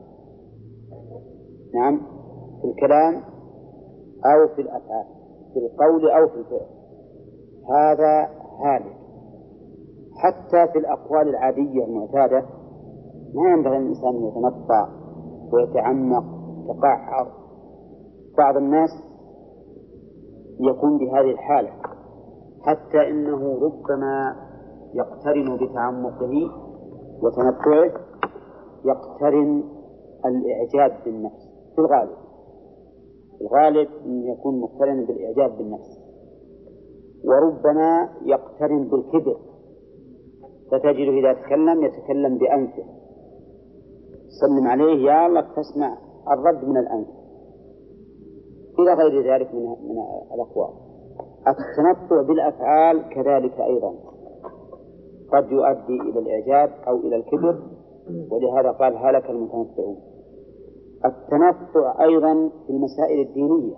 نعم، في الكلام أو في الأفعال، في القول أو في الفعل، هذا هالك. حتى في الأقوال العادية المعتادة ما ينبغي الإنسان أن يتنطع ويتعمق يتقعر. بعض الناس يكون بهذه الحالة حتى إنه ربما يقترن بتعمقه وتنطعه يقترن الإعجاب بالنفس. في الغالب أن يكون مقترن بالإعجاب بالنفس، وربما يقترن بالكبر، فتجده إذا تكلم يتكلم بأنفه، سلم عليه يا الله تسمع الرد من الأنف، إلى غير ذلك من الأقوال. التنطع بالأفعال كذلك أيضا قد يؤدي إلى الإعجاب أو إلى الكبر، ولهذا قال هلك المتنطعون. التنطع أيضا في المسائل الدينية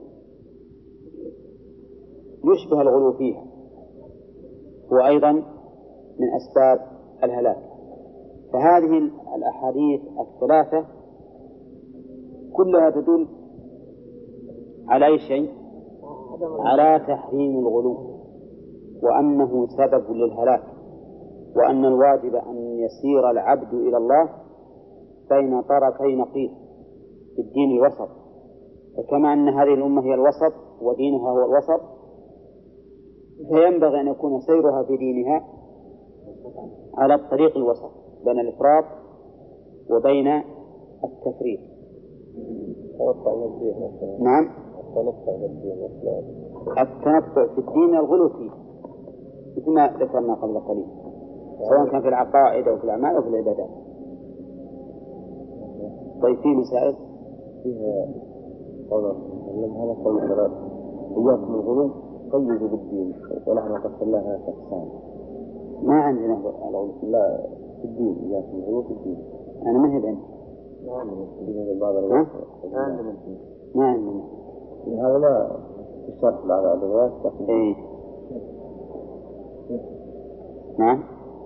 يشبه الغلو فيها، هو أيضا من أسباب الهلاك. فهذه الأحاديث الثلاثة كلها تدل على أي شيء؟ على تحريم الغلو، وأنه سبب للهلاك، وأن الواجب أن يسير العبد إلى الله بين طرفي نقيض في الدين الوسط. فكما أن هذه الأمة هي الوسط ودينها هو الوسط، فينبغي أن يكون سيرها في دينها على الطريق الوسط بين الإفراط وبين التفريط. نعم، التنطع في الدين الغلو فيه مثل ما ذكرنا قبل قليل، سواء كان في العقائد أو في الأعمال أو في العبادات. طيب في مسائل فيها قول هذا قول ثلاث: إياكم الغلو قيدوا بالدين، ونحن قسمناها أقسام. ما عندنا الغلو لا في الدين، إياكم الغلو في الدين. أنا ما هي عندي. ما عندنا هذا ما في الشرح على الأدوات. إيه نعم.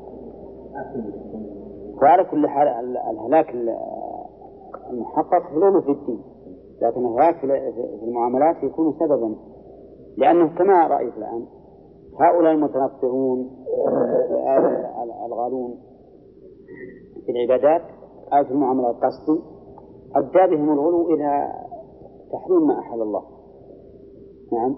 وعلى كل حال الهلاك المحقق حلوله في الدين، لكن الهلاك في المعاملات يكون سببا، لأنه كما رأيت الآن هؤلاء المتنطعون الغالون في العبادات أو في المعاملات قصدي أدى بهم الغلو إلى تحريم ما أحل الله. نعم.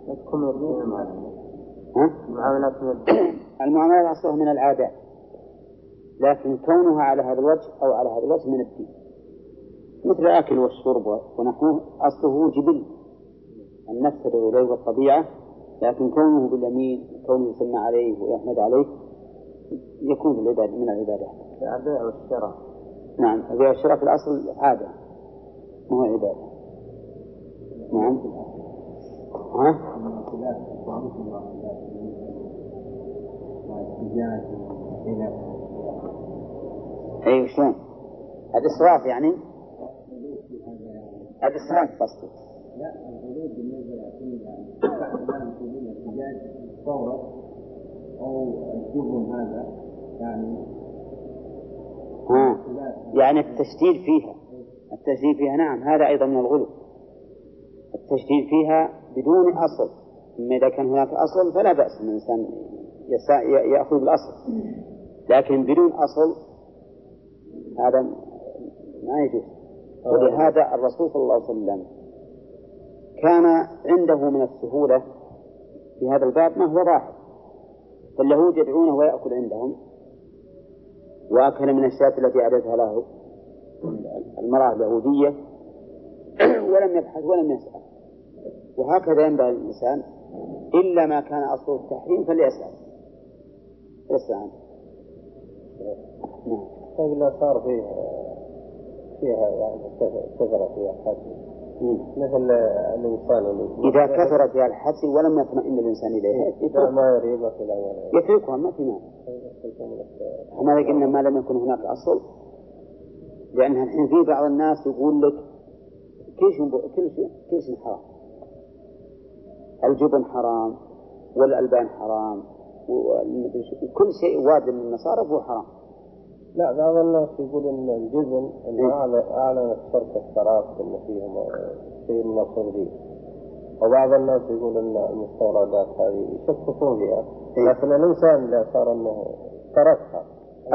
المعاملات أصلها من العادات، لكن كونها على هذا الوجه أو على هذا الوجه من الدين، مثل الأكل والشرب ونحوه أصله جبل النفس تدعو إليه والطبيعة، لكن كونه باليمين كونه يسمى عليه ويحمد عليه يكون في العبادة من العبادات. البيع والشراء. نعم، البيع والشراء في الأصل عادة ما هو عبادة. نعم. ها؟ أي شلون؟ الإسراف يعني؟ الإسراف قصدي. لا، الغلو بالنسبة للاحتجاج فورا أو الجبن هذا يعني التشديد فيها. التشديد فيها نعم، هذا أيضا من الغلو. التشديد فيها بدون أصل، أما إذا كان هناك أصل فلا بأس من الإنسان يأخذ بالأصل، لكن بدون أصل هذا ما يجوز. ولهذا الرسول صلى الله عليه وسلم كان عنده من السهولة في هذا الباب ما هو ظاهر، فاليهود يدعونه ويأكل عندهم، وأكل من الشاة التي أعدتها له المرأة اليهودية ولم يبحث ولم يسأل. وهكذا ينبغي الإنسان إلا ما كان أصله التحريم فليسأل عنه. نعم. طيب لا صار فيها يعني كثرة فيها حسن، مثل الإنسان إذا كثر فيها الحسن ولم يطمئن الإنسان إليها ما يريبه في الأول يتركها، ما في مانع. وما قلنا ما لم يكن هناك أصل، لأن الحين في بعض الناس يقول لك كل شيء حرام، الجبن حرام والألبان حرام وكل شيء وارد من النصارى هو حرام. لا، بعض الناس يقول إن الجبن أعلن شركة التراث إن فيهم شيء من الصديق، وبعض الناس يقول إن المستوردات هذه يشككون فيها، لكن الإنسان لا صار إنه تركها.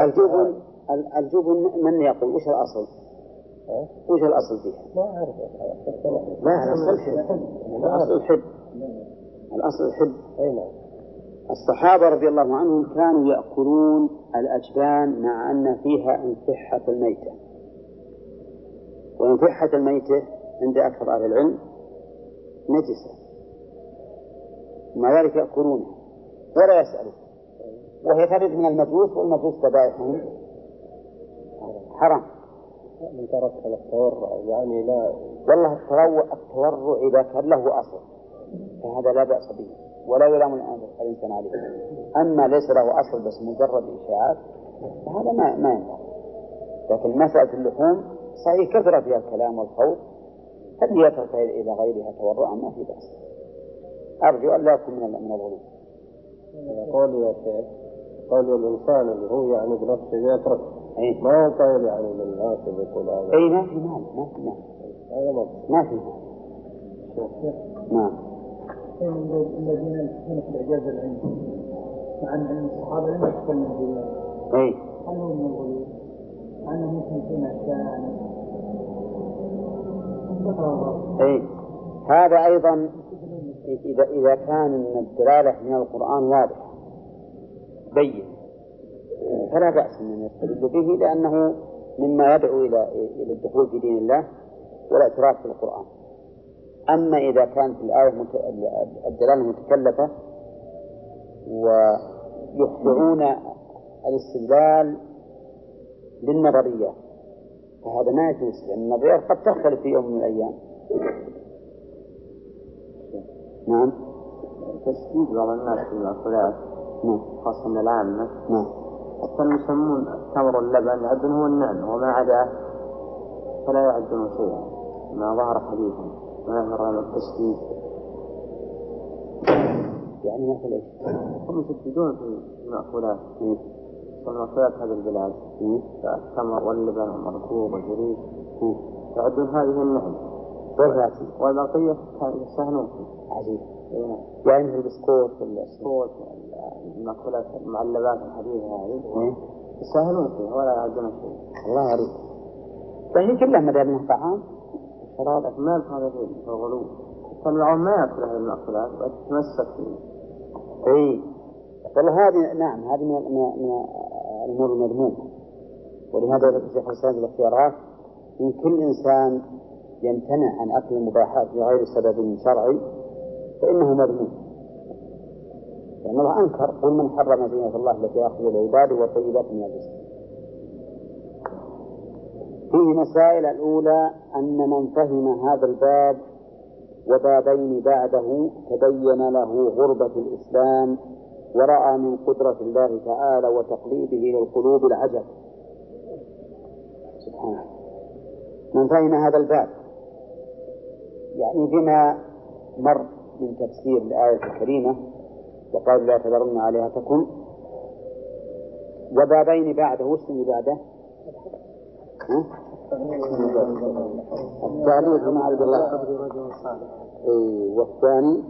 الجبن من يقول وش الأصل؟ وش الأصل فيها؟ ما أعرف. لا، الأصل الحب. الأصل الحب. أي نعم. الصحابة رضي الله عنهم كانوا يأكلون الأجبان مع أن فيها انفحة الميتة، وانفحة الميتة عند أكثر أهل العلم نجسة، ومع ذلك يأكلونها ولا يسألون، وهي ترد من المجوس، والمجوس ذبائحهم حرام. من ترك التورع يعني لا، والله التورع إذا كان له أصل فهذا لا بأس به ولا يلام الإنسان عليه. أما ليس له أصل بس مجرد إشاعات فهذا ما ينفع. لكن مسألة اللحوم صحيح كثر فيها الكلام والخوف، هل يترك إلى غيرها تورعا ما في بأس. أرجو أن لا يكون من الغلو. قول يا شيخ، قول الإنسان اللي هو يعني بنفسه يترك، ما هو قول يعني للناس يقول هذا. أي ما في مال، هذا ما في مال. نعم. الذين يكونوا في الإعجاز العلمي مع أن الصحابة لم يتكلموا في ذلك، هل هو من الغلو؟ مع أنه ممكن يكون أشياء هذا أيضا إذا كان الدلالة من القرآن واضحة بين فلا بأس من يستدل به، لأنه مما يدعو إلى الدخول في دين الله والاعتراف بالقرآن. أما إذا كانت الآية الدلالة متكلفة ويخضعون الاستدلال للنظرية فهذا ما يجوز، لأن النظريات قد تختلف في يوم من الأيام. نعم. تشديد بعض الناس في المأكولات خاصة من العامة كانوا يسمون التمر واللبن يعدون هو النعم وما عداه فلا يعدون شيئا ما ظهر حديثا ما يظهر التشديد. يعني مثل إيش؟ هم يشددون في المأكولات المأكولات هذه البلاد التمر واللبن والمركوب والجريد يعدون هذه النعم والبقية يستهنون فيه. عجيب. يعني مثل البسكوت المأكولات المعلبات الحديثة هذه يستهنون فيه ولا يعدون شيء. الله غريب. فهي كلها مدار من طعام شراب ما بهذا في الغلو كان العام ما يأكل هذه المأكولات وتتمسك فيه. إيه والله هذه نعم هذه من الأمور المذمومة. ولهذا يقول الشيخ الإسلام في الاختيارات إن كل إنسان يمتنع عن أكل المباحات بغير سبب شرعي فإنه مذموم، لأن الله أنكر قل من حرم زينة الله التي أخرج العباد والطيبات من الرزق. فيه مسائل. الأولى أن من فهم هذا الباب وبابين بعده تبين له غربة الإسلام ورأى من قدرة الله تعالى وتقليبه للقلوب العجب. سبحانه. من فهم هذا الباب يعني بما مر من تفسير الآية الكريمة وقال لا تذرن آلهتكم وبابين بعده وش اللي بعده؟ التعليق بمعرض الله والثاني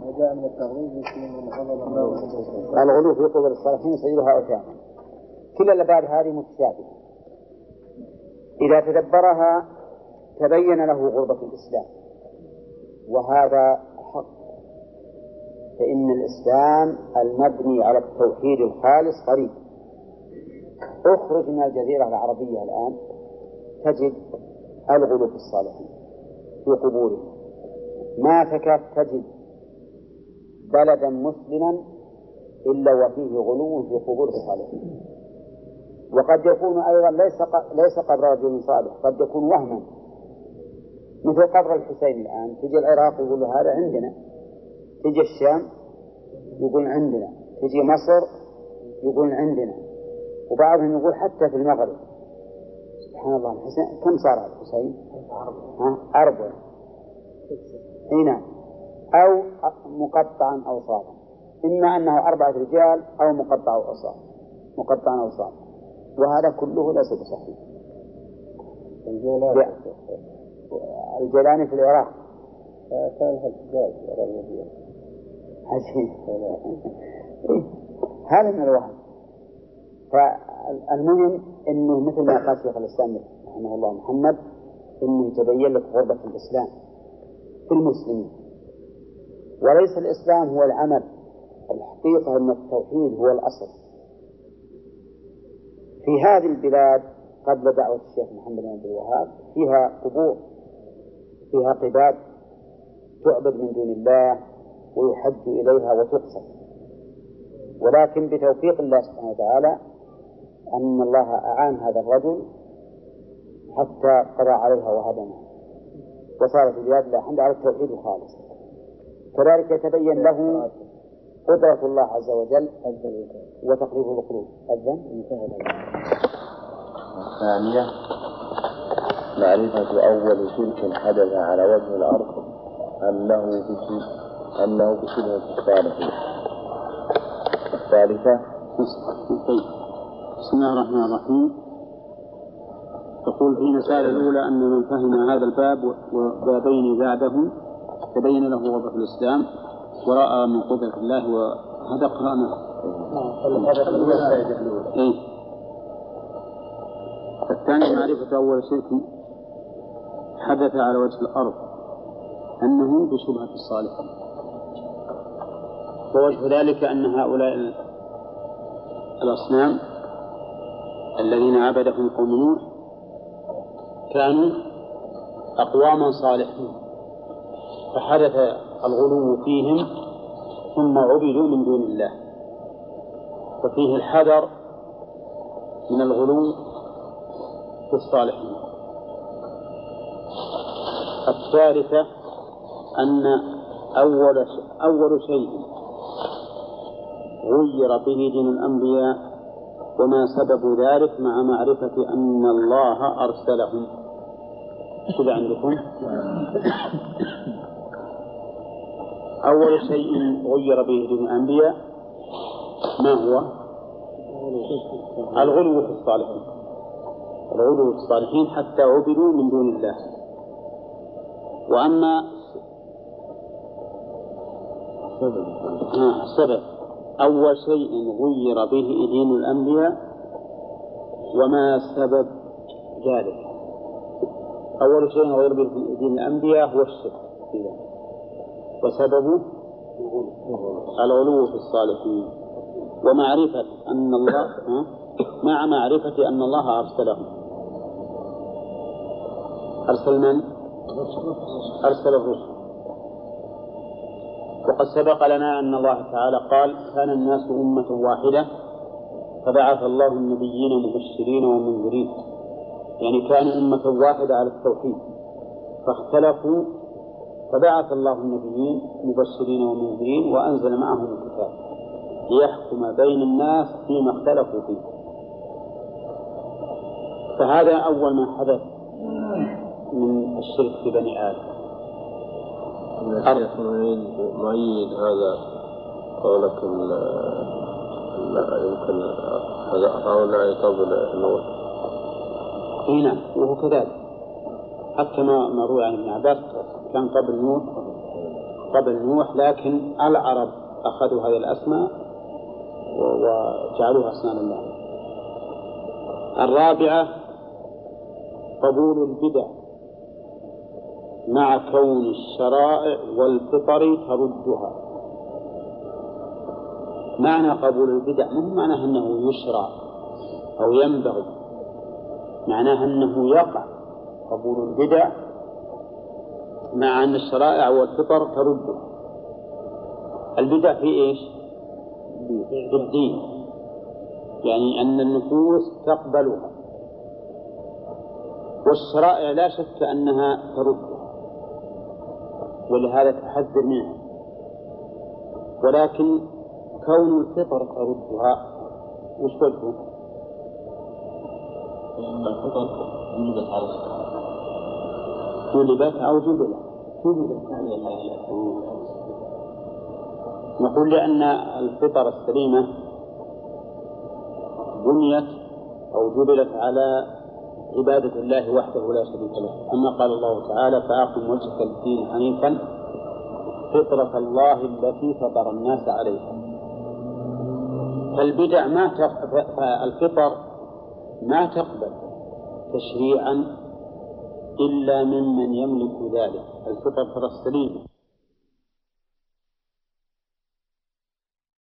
الغلو في قبر الصالحين سيدها أوثانا. كل الأبواب هذه متشابهة إذا تدبرها تبين له غربة الإسلام وهذا حق، فإن الإسلام المبني على التوحيد الخالص قريب. اخرج من الجزيرة العربية الآن تجد الغلو في الصالحين في قبورهم، ما تكاد تجد بلدا مسلما إلا وفيه غلو في قبور الصالحين. وقد يكون أيضا ليس قبر رجل صالح، قد يكون وهما مثل قبر الحسين الآن. تجي العراق يقول هذا عندنا، تجي الشام يقول عندنا، تجي مصر يقول عندنا، وبعضهم يقول حتى في المغرب. سبحان الله. الحسين كم صار الحسين؟ 4. هنا أو مقطعا أو صاعا، إما أنه 4 رجال أو مقطعا أو صاعا، وهذا كله ليس بصحيح. الجيلاني في العراق كان حجاج على المدينة هذا من الوهم. فالمهم أنه مثل ما قال شيخ الإسلام رحمه الله محمد أنه يتبين لك غربة الإسلام في المسلمين، وليس الإسلام هو العمل. الحقيقة أن التوحيد هو الأصل. في هذه البلاد قبل دعوة الشيخ محمد بن عبد الوهاب فيها قبور، فيها قباب تعبد من دون الله ويحج إليها وتقصد، ولكن بتوفيق الله سبحانه وتعالى أن الله أعان هذا الرجل حتى قضى عليها وهدمها وصارت البلاد لا حمد على التوحيد الخالص. كذلك يتبين له قدرة الله عز وجل وتقريب القلوب. الثانية معرفة أول شرك حدث على وجه الأرض أنه بشبهة الصالحين. الثالثة بسم الله الرحمن الرحيم. تقول في المسألة الأولى أن من فهم هذا الباب وبابين بعده تبين له غربة الإسلام ورأى من قدرة الله، وهذا قرأنا. الثاني معرفة أول شرك حدث على وجه الأرض أنه بشبهة الصالحين، ووجه ذلك أن هؤلاء الأصنام الذين عبدهم قوم نوح كانوا أقواما صالحين فحدث الغلو فيهم ثم عبدوا من دون الله، ففيه الحذر من الغلو في الصالحين. الثالثة أن أول شيء غير به دين الأنبياء وما سبب ذلك مع معرفة أن الله أرسلهم. كذا عندكم أول شيء غير به دين الأنبياء ما هو؟ الغلو في الصالحين، الغلو في الصالحين حتى عبدوا من دون الله. وأما السبب أول شيء غير به دين الأنبياء وما سبب ذلك. أول شيء غير به دين الأنبياء هو الشرك، وسببه الغلو في الصالحين ومعرفة أن الله مع معرفة أن الله أرسلهم. أرسل من؟ أرسل الرسل. وقد سبق لنا أن الله تعالى قال كان الناس أمة واحدة فبعث الله النبيين مبشرين ومنذرين، يعني كانوا أمة واحدة على التوحيد فاختلفوا فبعث الله النبيين مبشرين ومنذرين وأنزل معهم الكتاب ليحكم بين الناس فيما اختلفوا فيه. فهذا أول ما حدث من الشرك في بني آدم. معين هذا قولك لا يمكن هؤلاء قبل نوح. نعم وهو كذلك، حتى ما روي عن ابن عباس كان قبل نوح، لكن العرب أخذوا هذه الأسماء وجعلوها أسنان الله. الرابعة قبول البدع مع كون الشرائع والفطر تردها. معنى قبول البدع مو معناه أنه يشرع أو ينبغي، معناه أنه يقع قبول البدع مع أن الشرائع والفطر تردها. البدع في إيش؟ في الدين، يعني أن النفوس تقبلها، والشرائع لا شك أنها تردها ولهذا تحذر منها، ولكن كون الفطر تردها وش وجهه؟ الفطر جلبت على جلبت أو جبلت؟ نقول لأن الفطر السليمة بنيت أو جبلت على عبادة الله وحده لا شريك له، أما قال الله تعالى فأقم وجهك للدين حنيفا فطرة الله التي فطر الناس عليها. فالبدع الفطر ما تقبل تشريعا إلا ممن يملك ذلك. الفطرة السليمة